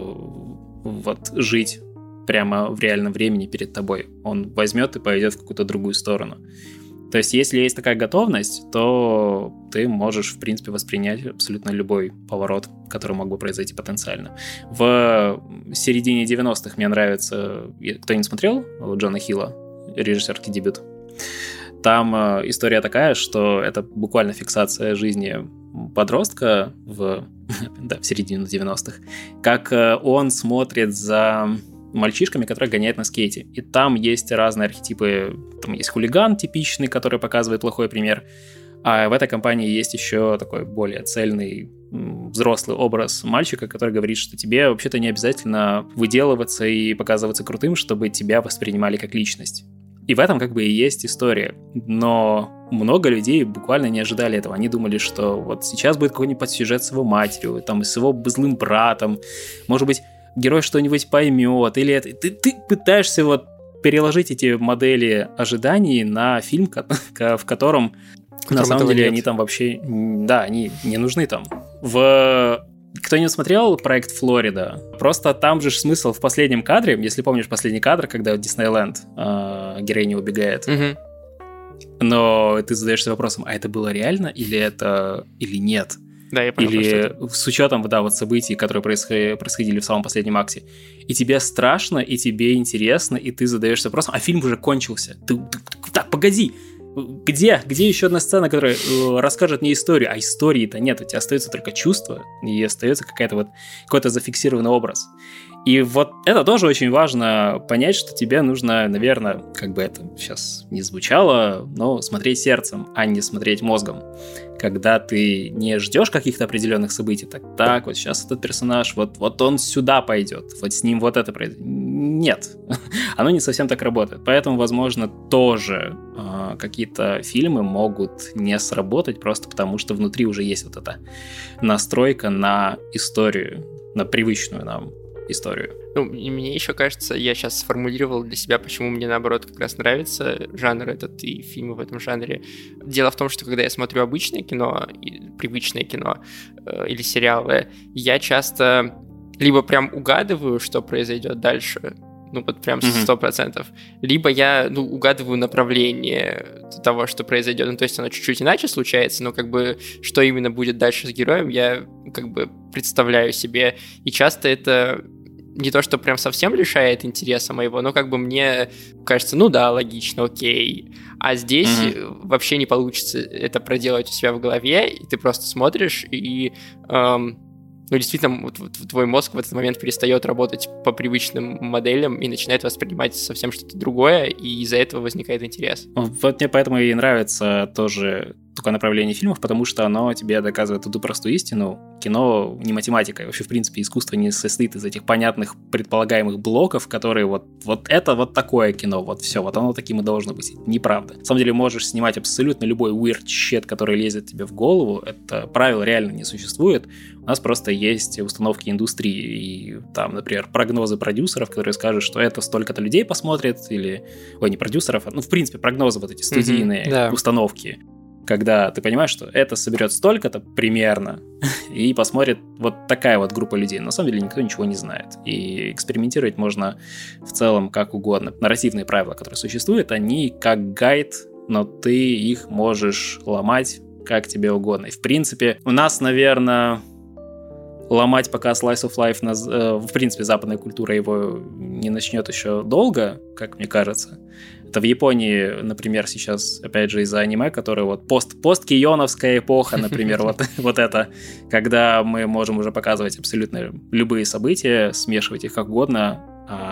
жить прямо в реальном времени перед тобой. Он возьмет и пойдет в какую-то другую сторону. То есть, если есть такая готовность, то ты можешь, в принципе, воспринять абсолютно любой поворот, который мог бы произойти потенциально. В середине 90-х мне нравится... Кто не смотрел Джона Хилла, режиссерский дебют? Там история такая, что это буквально фиксация жизни подростка в середине 90-х, как он смотрит за мальчишками, которые гоняют на скейте. И там есть разные архетипы. Там есть хулиган типичный, который показывает плохой пример. А в этой компании есть еще такой более цельный взрослый образ мальчика, который говорит, что тебе вообще-то не обязательно выделываться и показываться крутым, чтобы тебя воспринимали как личность. И в этом как бы и есть история. Но много людей буквально не ожидали этого. Они думали, что вот сейчас будет какой-нибудь сюжет с его матерью, там, с его злым братом, может быть, герой что-нибудь поймет, или это... Ты пытаешься вот переложить эти модели ожиданий на фильм, в котором на самом деле они там вообще... Да, они не нужны там. Кто-нибудь смотрел проект «Флорида»? Просто там же смысл в последнем кадре, если помнишь последний кадр, когда в Диснейленд героиня убегает. Но ты задаешься вопросом, а это было реально или нет? Да, я понял, или с учетом вот событий, которые происходили в самом последнем акте. И тебе страшно, и тебе интересно, и ты задаешься вопросом, а фильм уже кончился. Так, погоди! Где еще одна сцена, которая расскажет мне историю? А истории-то нет, у тебя остается только чувство, и остается какой-то зафиксированный образ. И вот это тоже очень важно понять, что тебе нужно, наверное, как бы это сейчас не звучало, но смотреть сердцем, а не смотреть мозгом. Когда ты не ждешь каких-то определенных событий, так, вот сейчас этот персонаж, вот он сюда пойдет, вот с ним вот это произойдет. Нет, оно не совсем так работает. Поэтому, возможно, тоже какие-то фильмы могут не сработать, просто потому что внутри уже есть вот эта настройка на историю, на привычную нам историю. Ну, и мне еще кажется, я сейчас сформулировал для себя, почему мне, наоборот, как раз нравится жанр этот и фильмы в этом жанре. Дело в том, что когда я смотрю обычное кино, привычное кино или сериалы, я часто либо прям угадываю, что произойдет дальше, ну вот прям 100%, либо я угадываю направление того, что произойдет. Ну, то есть оно чуть-чуть иначе случается, но как бы что именно будет дальше с героем, я как бы представляю себе. И часто это не то, что прям совсем лишает интереса моего, но как бы мне кажется, ну да, логично, окей. А здесь вообще не получится это проделать у себя в голове, и ты просто смотришь, и действительно, твой мозг в этот момент перестает работать по привычным моделям и начинает воспринимать совсем что-то другое, и из-за этого возникает интерес. Вот мне поэтому и нравится тоже такое направление фильмов, потому что оно тебе доказывает эту простую истину. Кино не математика, и вообще, в принципе, искусство не состоит из этих понятных предполагаемых блоков, которые вот это вот такое кино, вот все, вот оно таким и должно быть. Неправда. На самом деле, можешь снимать абсолютно любой weird shit, который лезет тебе в голову. Это правило реально не существует. У нас просто есть установки индустрии и там, например, прогнозы продюсеров, которые скажут, что это столько-то людей посмотрит, или... Ой, не продюсеров, а, в принципе, прогнозы вот эти студийные установки. Когда ты понимаешь, что это соберет столько-то примерно, и посмотрит вот такая вот группа людей. На самом деле никто ничего не знает. И экспериментировать можно в целом как угодно. Нарративные правила, которые существуют, они как гайд, но ты их можешь ломать как тебе угодно. И в принципе, у нас, наверное, ломать пока Slice of Life, в принципе, западная культура его не начнет еще долго, как мне кажется. Это в Японии, например, сейчас, опять же, из-за аниме, которое вот посткийоновская эпоха, например, вот это, когда мы можем уже показывать абсолютно любые события, смешивать их как угодно,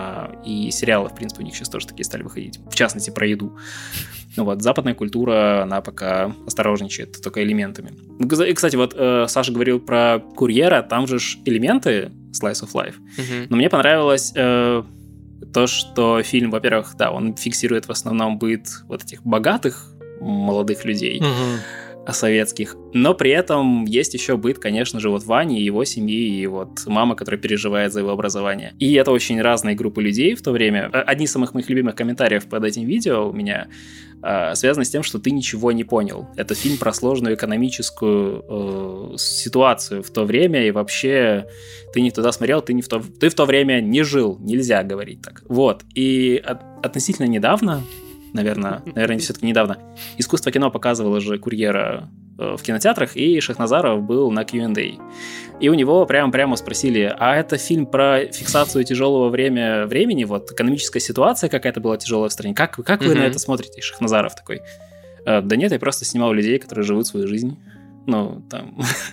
и сериалы, в принципе, у них сейчас тоже такие стали выходить, в частности, про еду. Ну вот, западная культура, она пока осторожничает только элементами. И, кстати, вот Саша говорил про «Курьера», там же элементы Slice of Life, но мне понравилось... то, что фильм, во-первых, да, он фиксирует в основном быт вот этих богатых молодых людей, советских, но при этом есть еще быт, конечно же, вот Вани, его семьи, и вот мама, которая переживает за его образование. И это очень разные группы людей в то время. Одни из самых моих любимых комментариев под этим видео у меня связаны с тем, что ты ничего не понял. Это фильм про сложную экономическую ситуацию в то время, и вообще ты не туда смотрел, ты в то время не жил, нельзя говорить так. Вот, и относительно недавно, наверное, все-таки недавно, искусство кино показывало же «Курьера» в кинотеатрах, и Шахназаров был на Q&A. И у него прямо спросили, а это фильм про фиксацию тяжелого времени, вот экономическая ситуация какая-то была тяжелая в стране, как вы на это смотрите? И Шахназаров такой, да нет, я просто снимал людей, которые живут свою жизнь. Ну, там...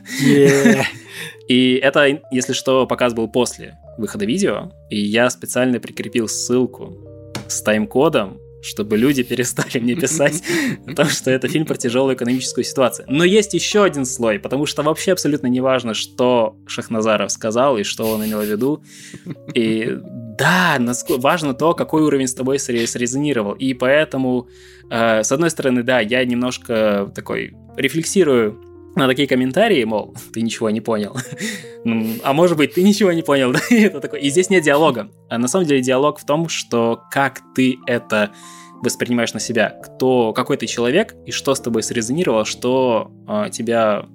И это, если что, показ был после выхода видео, и я специально прикрепил ссылку с тайм-кодом, чтобы люди перестали мне писать о том, что это фильм про тяжелую экономическую ситуацию. Но есть еще один слой, потому что вообще абсолютно не важно, что Шахназаров сказал и что он имел в виду. И да, важно то, какой уровень с тобой срезонировал. И поэтому, с одной стороны, да, я немножко такой рефлексирую на такие комментарии, мол, ты ничего не понял. А может быть, ты ничего не понял, да? Это такое. И здесь нет диалога. А на самом деле диалог в том, что как ты это воспринимаешь на себя, какой ты человек, и что с тобой срезонировало, что тебя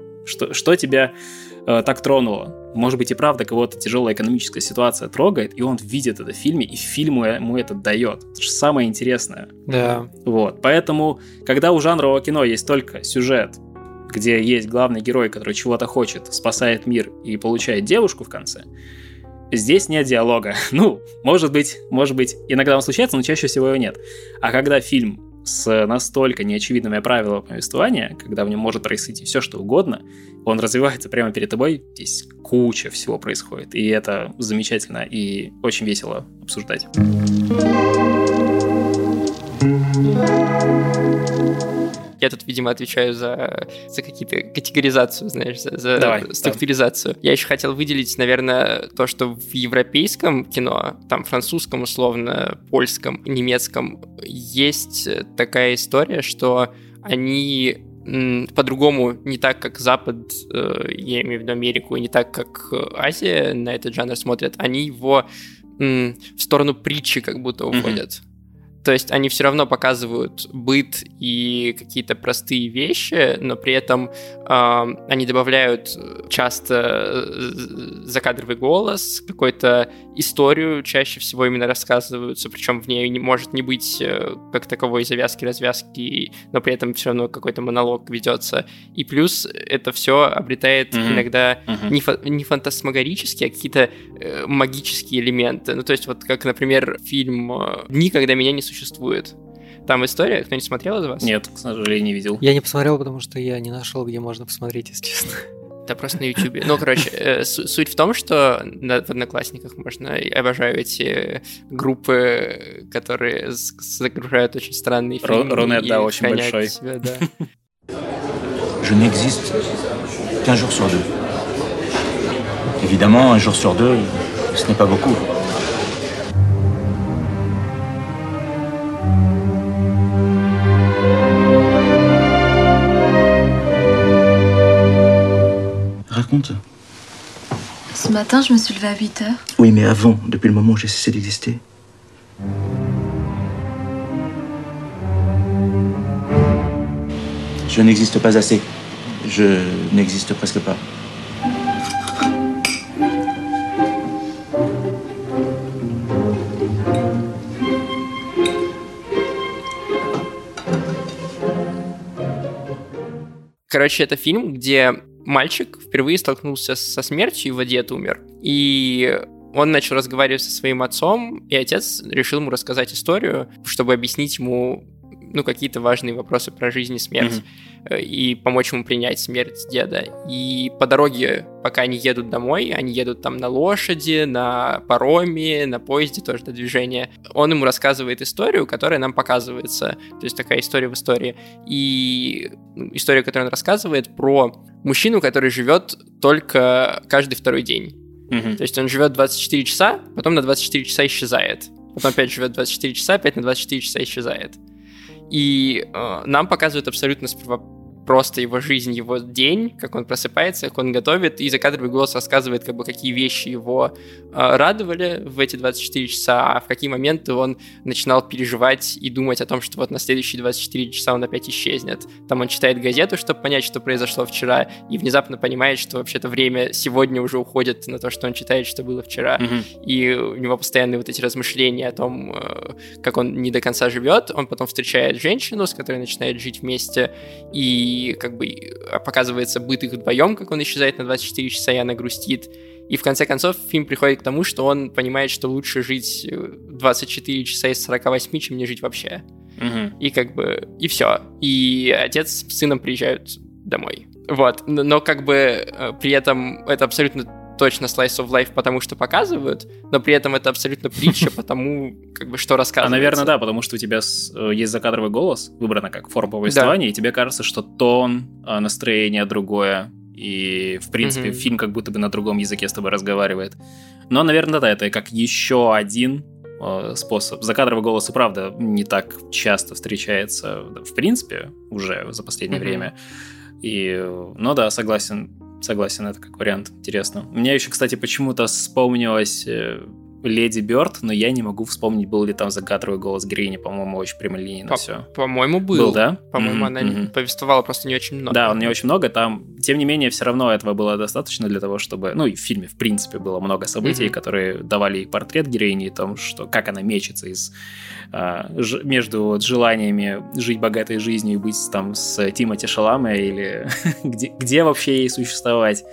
так тронуло. Может быть, и правда кого-то тяжелая экономическая ситуация трогает, и он видит это в фильме, и фильму ему это дает. Это же самое интересное. Да. Вот. Поэтому, когда у жанрового кино есть только сюжет, где есть главный герой, который чего-то хочет, спасает мир и получает девушку в конце, здесь нет диалога. Может быть, иногда он случается, но чаще всего его нет. А когда фильм с настолько неочевидными правилами повествования, когда в нем может происходить все, что угодно, он развивается прямо перед тобой, здесь куча всего происходит. И это замечательно и очень весело обсуждать. Я тут, видимо, отвечаю за какие-то категоризацию, знаешь, за структуризацию. Я еще хотел выделить, наверное, то, что в европейском кино, там французском, условно, польском, немецком, есть такая история, что они по-другому, не так, как Запад, я имею в виду Америку, и не так, как Азия на этот жанр смотрят, они его в сторону притчи как будто уходят. То есть они все равно показывают быт и какие-то простые вещи, но при этом они добавляют часто закадровый голос, какую-то историю чаще всего именно рассказываются, причем в ней не может не быть как таковой завязки-развязки, но при этом все равно какой-то монолог ведется. И плюс это все обретает иногда не фантасмагорические, а какие-то магические элементы. Ну, то есть вот как, например, фильм «Дни, когда меня не существует». Там история, кто-нибудь смотрел из вас? Нет, к сожалению, не видел. Я не посмотрел, потому что я не нашел, где можно посмотреть, если честно. Да просто на Ютубе. Ну, короче, суть в том, что в Одноклассниках можно... Я обожаю эти группы, которые загружают очень странные фильмы. Рунет, да, очень большой. Себя, да. Je n'existe qu'un jour sur deux. Évidemment, un jour sur deux, ce n'est pas beaucoup. Raconte. Ce matin, je me suis levée à 8 heures. Oui, mais avant, depuis le moment où j'ai cessé d'exister. Je n'existe pas assez. Je n'existe presque pas. Короче, это фильм, где мальчик впервые столкнулся со смертью, его дед умер. И он начал разговаривать со своим отцом, и отец решил ему рассказать историю, чтобы объяснить ему какие-то важные вопросы про жизнь и смерть, и помочь ему принять смерть деда. И по дороге, пока они едут домой, они едут там на лошади, на пароме, на поезде тоже до движения, он ему рассказывает историю, которая нам показывается, то есть такая история в истории. И история, которую он рассказывает, про мужчину, который живет только каждый второй день. То есть он живет 24 часа, потом на 24 часа исчезает. Потом опять живет 24 часа, опять на 24 часа исчезает. И нам показывают абсолютно сперва просто его жизнь, его день, как он просыпается, как он готовит, и закадровый голос рассказывает, какие вещи его радовали в эти 24 часа, а в какие моменты он начинал переживать и думать о том, что вот на следующие 24 часа он опять исчезнет. Там он читает газету, чтобы понять, что произошло вчера, и внезапно понимает, что вообще-то время сегодня уже уходит на то, что он читает, что было вчера. И у него постоянные вот эти размышления о том, как он не до конца живет. Он потом встречает женщину, с которой начинает жить вместе, и показывается быт их вдвоем, как он исчезает на 24 часа, и она грустит. И в конце концов фильм приходит к тому, что он понимает, что лучше жить 24 часа из 48, чем не жить вообще. И и все. И отец с сыном приезжают домой. Вот. Но при этом это абсолютно точно slice of life, потому что показывают, но при этом это абсолютно притча потому, как бы, что рассказывается. Наверное, да, потому что у тебя есть закадровый голос, выбрано как форма повествования, и тебе кажется, что тон, настроение другое, и, в принципе, фильм как будто бы на другом языке с тобой разговаривает. Но, наверное, да, это как еще один способ. Закадровый голос и правда не так часто встречается, в принципе, уже за последнее время. Ну да, согласен, это как вариант, интересно. Мне еще, кстати, почему-то вспомнилась Леди Бёрд, но я не могу вспомнить, был ли там закадровый голос героини, по-моему, очень прямолинейно все. По-моему, был. Да? По-моему, она повествовала просто не очень много. Да, он не очень много, там, тем не менее, все равно этого было достаточно для того, чтобы... Ну, и в фильме, в принципе, было много событий, которые давали ей портрет героини, о том, что как она мечется между желаниями жить богатой жизнью и быть там с Тимоти Шаламе, или где вообще ей существовать.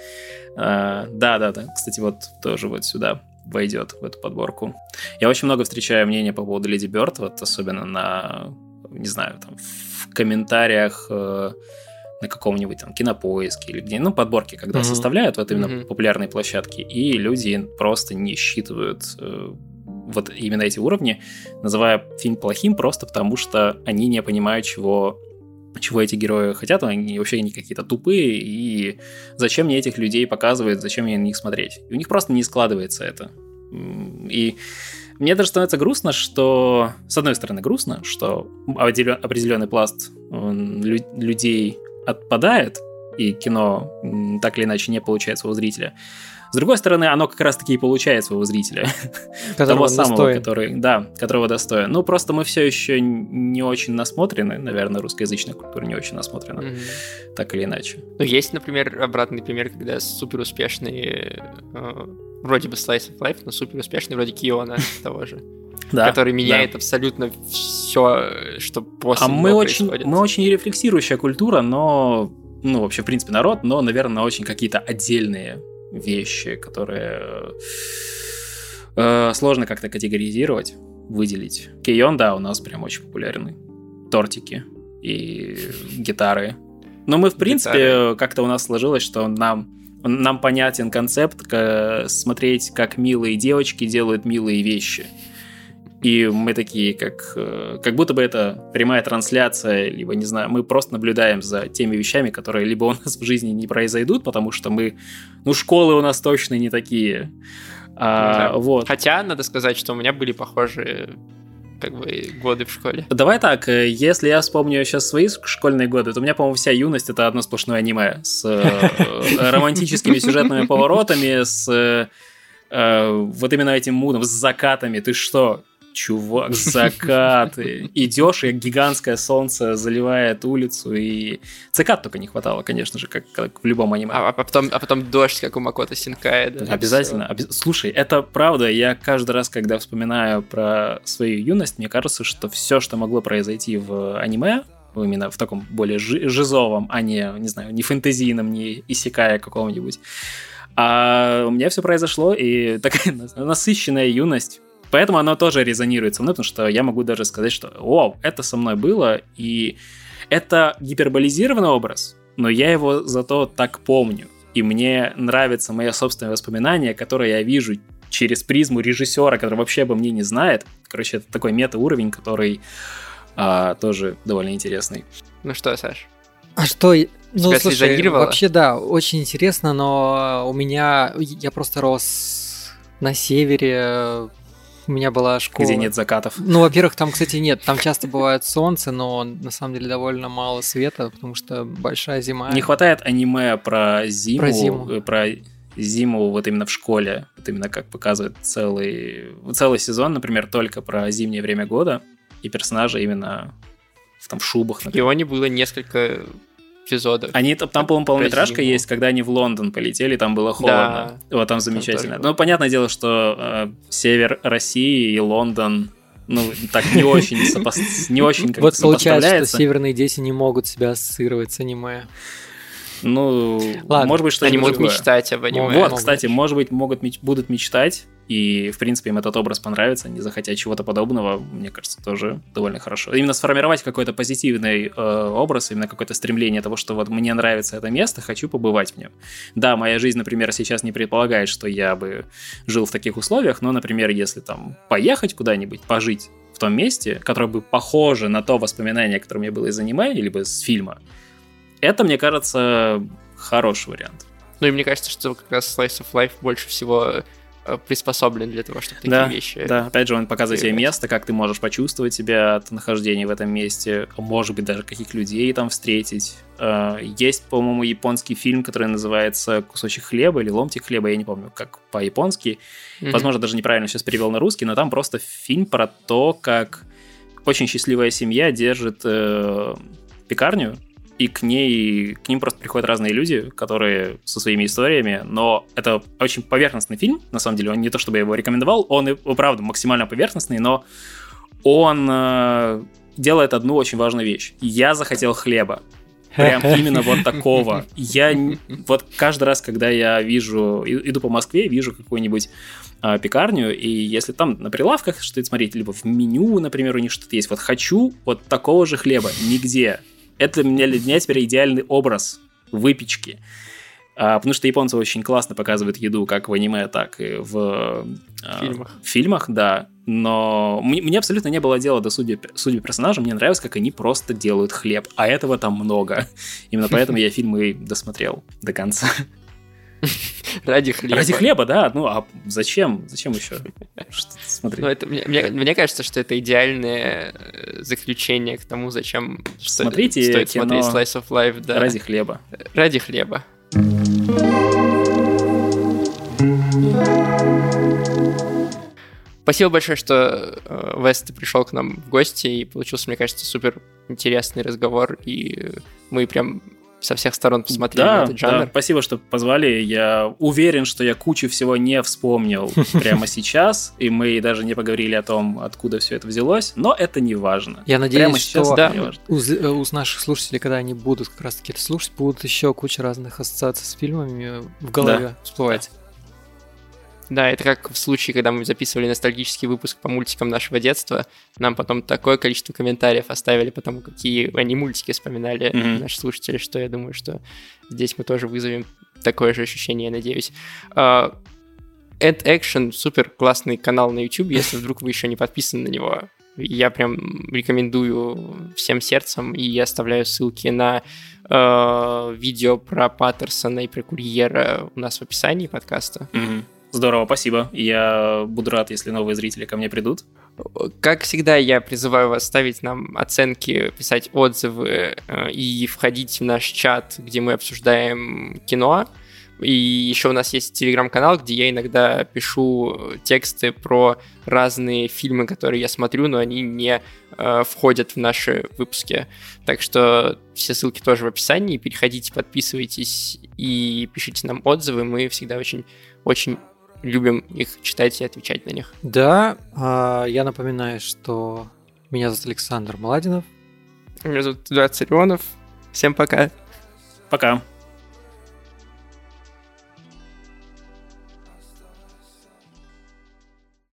Да. Кстати, вот тоже вот сюда войдет в эту подборку. Я очень много встречаю мнения по поводу Леди Бёрд, вот особенно на, не знаю, там, в комментариях на каком-нибудь там Кинопоиске или где, подборки, когда составляют вот именно популярные площадки, и люди просто не считывают вот именно эти уровни, называя фильм плохим просто потому, что они не понимают, чего эти герои хотят, они вообще не какие-то тупые, и зачем мне этих людей показывают, зачем мне на них смотреть. И у них просто не складывается это. И мне даже становится грустно, что... С одной стороны, грустно, что определенный пласт людей отпадает, и кино так или иначе не получает своего зрителя. С другой стороны, оно как раз-таки и получает своего зрителя. Того самого, которого достоин. Ну, просто мы все еще не очень насмотрены, наверное, русскоязычная культура не очень насмотрена, так или иначе. Ну, есть, например, обратный пример, когда суперуспешный, вроде бы Slice of Life, но суперуспешный вроде Киона того же. Который меняет абсолютно все, что после него происходит. Мы очень рефлексирующая культура, но... Ну, вообще, в принципе, народ, но, наверное, очень какие-то отдельные вещи, которые сложно как-то категоризировать, выделить. Кион, да, у нас прям очень популярны. Тортики и гитары. Но мы, в принципе, как-то у нас сложилось, что нам понятен концепт смотреть, как милые девочки делают милые вещи. И мы такие, как будто бы это прямая трансляция, либо, не знаю, мы просто наблюдаем за теми вещами, которые либо у нас в жизни не произойдут, потому что школы у нас точно не такие. Вот. Хотя, надо сказать, что у меня были похожие годы в школе. Давай так, если я вспомню сейчас свои школьные годы, то у меня, по-моему, вся юность — это одно сплошное аниме с романтическими сюжетными поворотами, с вот именно этим мудом, с закатами. Ты что? Чувак, закаты. Идешь, и гигантское солнце заливает улицу, и цикад только не хватало, конечно же, как в любом аниме. А потом дождь, как у Макото Синкая. Да, обязательно. Слушай, это правда. Я каждый раз, когда вспоминаю про свою юность, мне кажется, что все, что могло произойти в аниме, именно в таком более жизовом, а не знаю, не фэнтезийном, не исекая какого-нибудь, а у меня все произошло, и такая насыщенная юность. Поэтому оно тоже резонирует со мной, потому что я могу даже сказать, что «Вау, это со мной было», и это гиперболизированный образ, но я его зато так помню. И мне нравится мое собственное воспоминание, которое я вижу через призму режиссера, который вообще обо мне не знает. Короче, это такой мета-уровень, который тоже довольно интересный. Ну что, Саш? А что... Ну, слушай, вообще, да, очень интересно, но я просто рос на севере, у меня была школа. Где нет закатов. Ну, во-первых, там, кстати, нет, там часто бывает солнце, но на самом деле довольно мало света, потому что большая зима. Не хватает аниме про зиму. Про зиму вот именно в школе, вот именно как показывает целый сезон, например, только про зимнее время года, и персонажи именно в шубах. В Кионе было несколько эпизодов. Там, по-моему, полнометражка есть, когда они в Лондон полетели, там было холодно. Да, вот там замечательно. Ну, понятное дело, что север России и Лондон, так не очень как-то вот получается, что северные дети не могут себя ассоциировать с аниме. Ну, ладно, может быть, что-то они могут мечтать об аниме. Вот, кстати, может быть, будут мечтать. и, в принципе, им этот образ понравится, не захотя чего-то подобного, мне кажется, тоже довольно хорошо. Именно сформировать какой-то позитивный образ, именно какое-то стремление того, что вот мне нравится это место, хочу побывать в нем. Да, моя жизнь, например, сейчас не предполагает, что я бы жил в таких условиях, но, например, если там поехать куда-нибудь, пожить в том месте, которое бы похоже на то воспоминание, которое у меня было из аниме, либо с фильма, это, мне кажется, хороший вариант. Ну и мне кажется, что как раз Slice of Life больше всего приспособлен для того, чтобы такие вещи... Да, опять же, он показывает тебе место, как ты можешь почувствовать себя от нахождения в этом месте, может быть, даже каких людей там встретить. Есть, по-моему, японский фильм, который называется «Кусочек хлеба» или «Ломтик хлеба», я не помню, как по-японски. Возможно, даже неправильно сейчас перевел на русский, но там просто фильм про то, как очень счастливая семья держит пекарню, и к ним просто приходят разные люди, которые со своими историями, но это очень поверхностный фильм, на самом деле, он не то чтобы я его рекомендовал, он и правда максимально поверхностный, но он делает одну очень важную вещь. Я захотел хлеба. Прям именно вот такого. Я вот каждый раз, когда я иду по Москве, вижу какую-нибудь пекарню, и если там на прилавках что-то смотреть, либо в меню, например, у них что-то есть, вот хочу вот такого же хлеба, нигде. Это для меня теперь идеальный образ выпечки. Потому что японцы очень классно показывают еду как в аниме, так и в фильмах, да. Но мне абсолютно не было дела до судьбы персонажа. Мне нравилось, как они просто делают хлеб. А этого там много. Именно поэтому я фильмы досмотрел до конца. Ради хлеба. Ради хлеба, да. Ну, а зачем? Зачем еще что-то смотреть? Ну, это, мне кажется, что это идеальное заключение к тому, зачем стоит смотреть Slice of Life. Да. Ради хлеба. Ради хлеба. Спасибо большое, что, Вес, ты пришел к нам в гости, и получился, мне кажется, супер интересный разговор, и мы прям со всех сторон посмотрели на этот жанр. Да, спасибо, что позвали. Я уверен, что я кучу всего не вспомнил прямо сейчас, и мы даже не поговорили о том, откуда все это взялось, но это не важно. Я надеюсь, что у наших слушателей, когда они будут как раз-таки это слушать, будут еще куча разных ассоциаций с фильмами в голове всплывать. Да, это как в случае, когда мы записывали ностальгический выпуск по мультикам нашего детства, нам потом такое количество комментариев оставили по тому, какие они мультики вспоминали наши слушатели, что я думаю, что здесь мы тоже вызовем такое же ощущение, я надеюсь. Ad Action — супер классный канал на YouTube, если вдруг вы еще не подписаны на него. Я прям рекомендую всем сердцем, и оставляю ссылки на видео про Паттерсона и про Курьера у нас в описании подкаста. Здорово, спасибо. Я буду рад, если новые зрители ко мне придут. Как всегда, я призываю вас ставить нам оценки, писать отзывы и входить в наш чат, где мы обсуждаем кино. И еще у нас есть телеграм-канал, где я иногда пишу тексты про разные фильмы, которые я смотрю, но они не входят в наши выпуски. Так что все ссылки тоже в описании. Переходите, подписывайтесь и пишите нам отзывы. Мы всегда очень любим их читать и отвечать на них. Да, я напоминаю, что меня зовут Александр Младинов. Меня зовут Эдуард Царионов. Всем пока. Пока.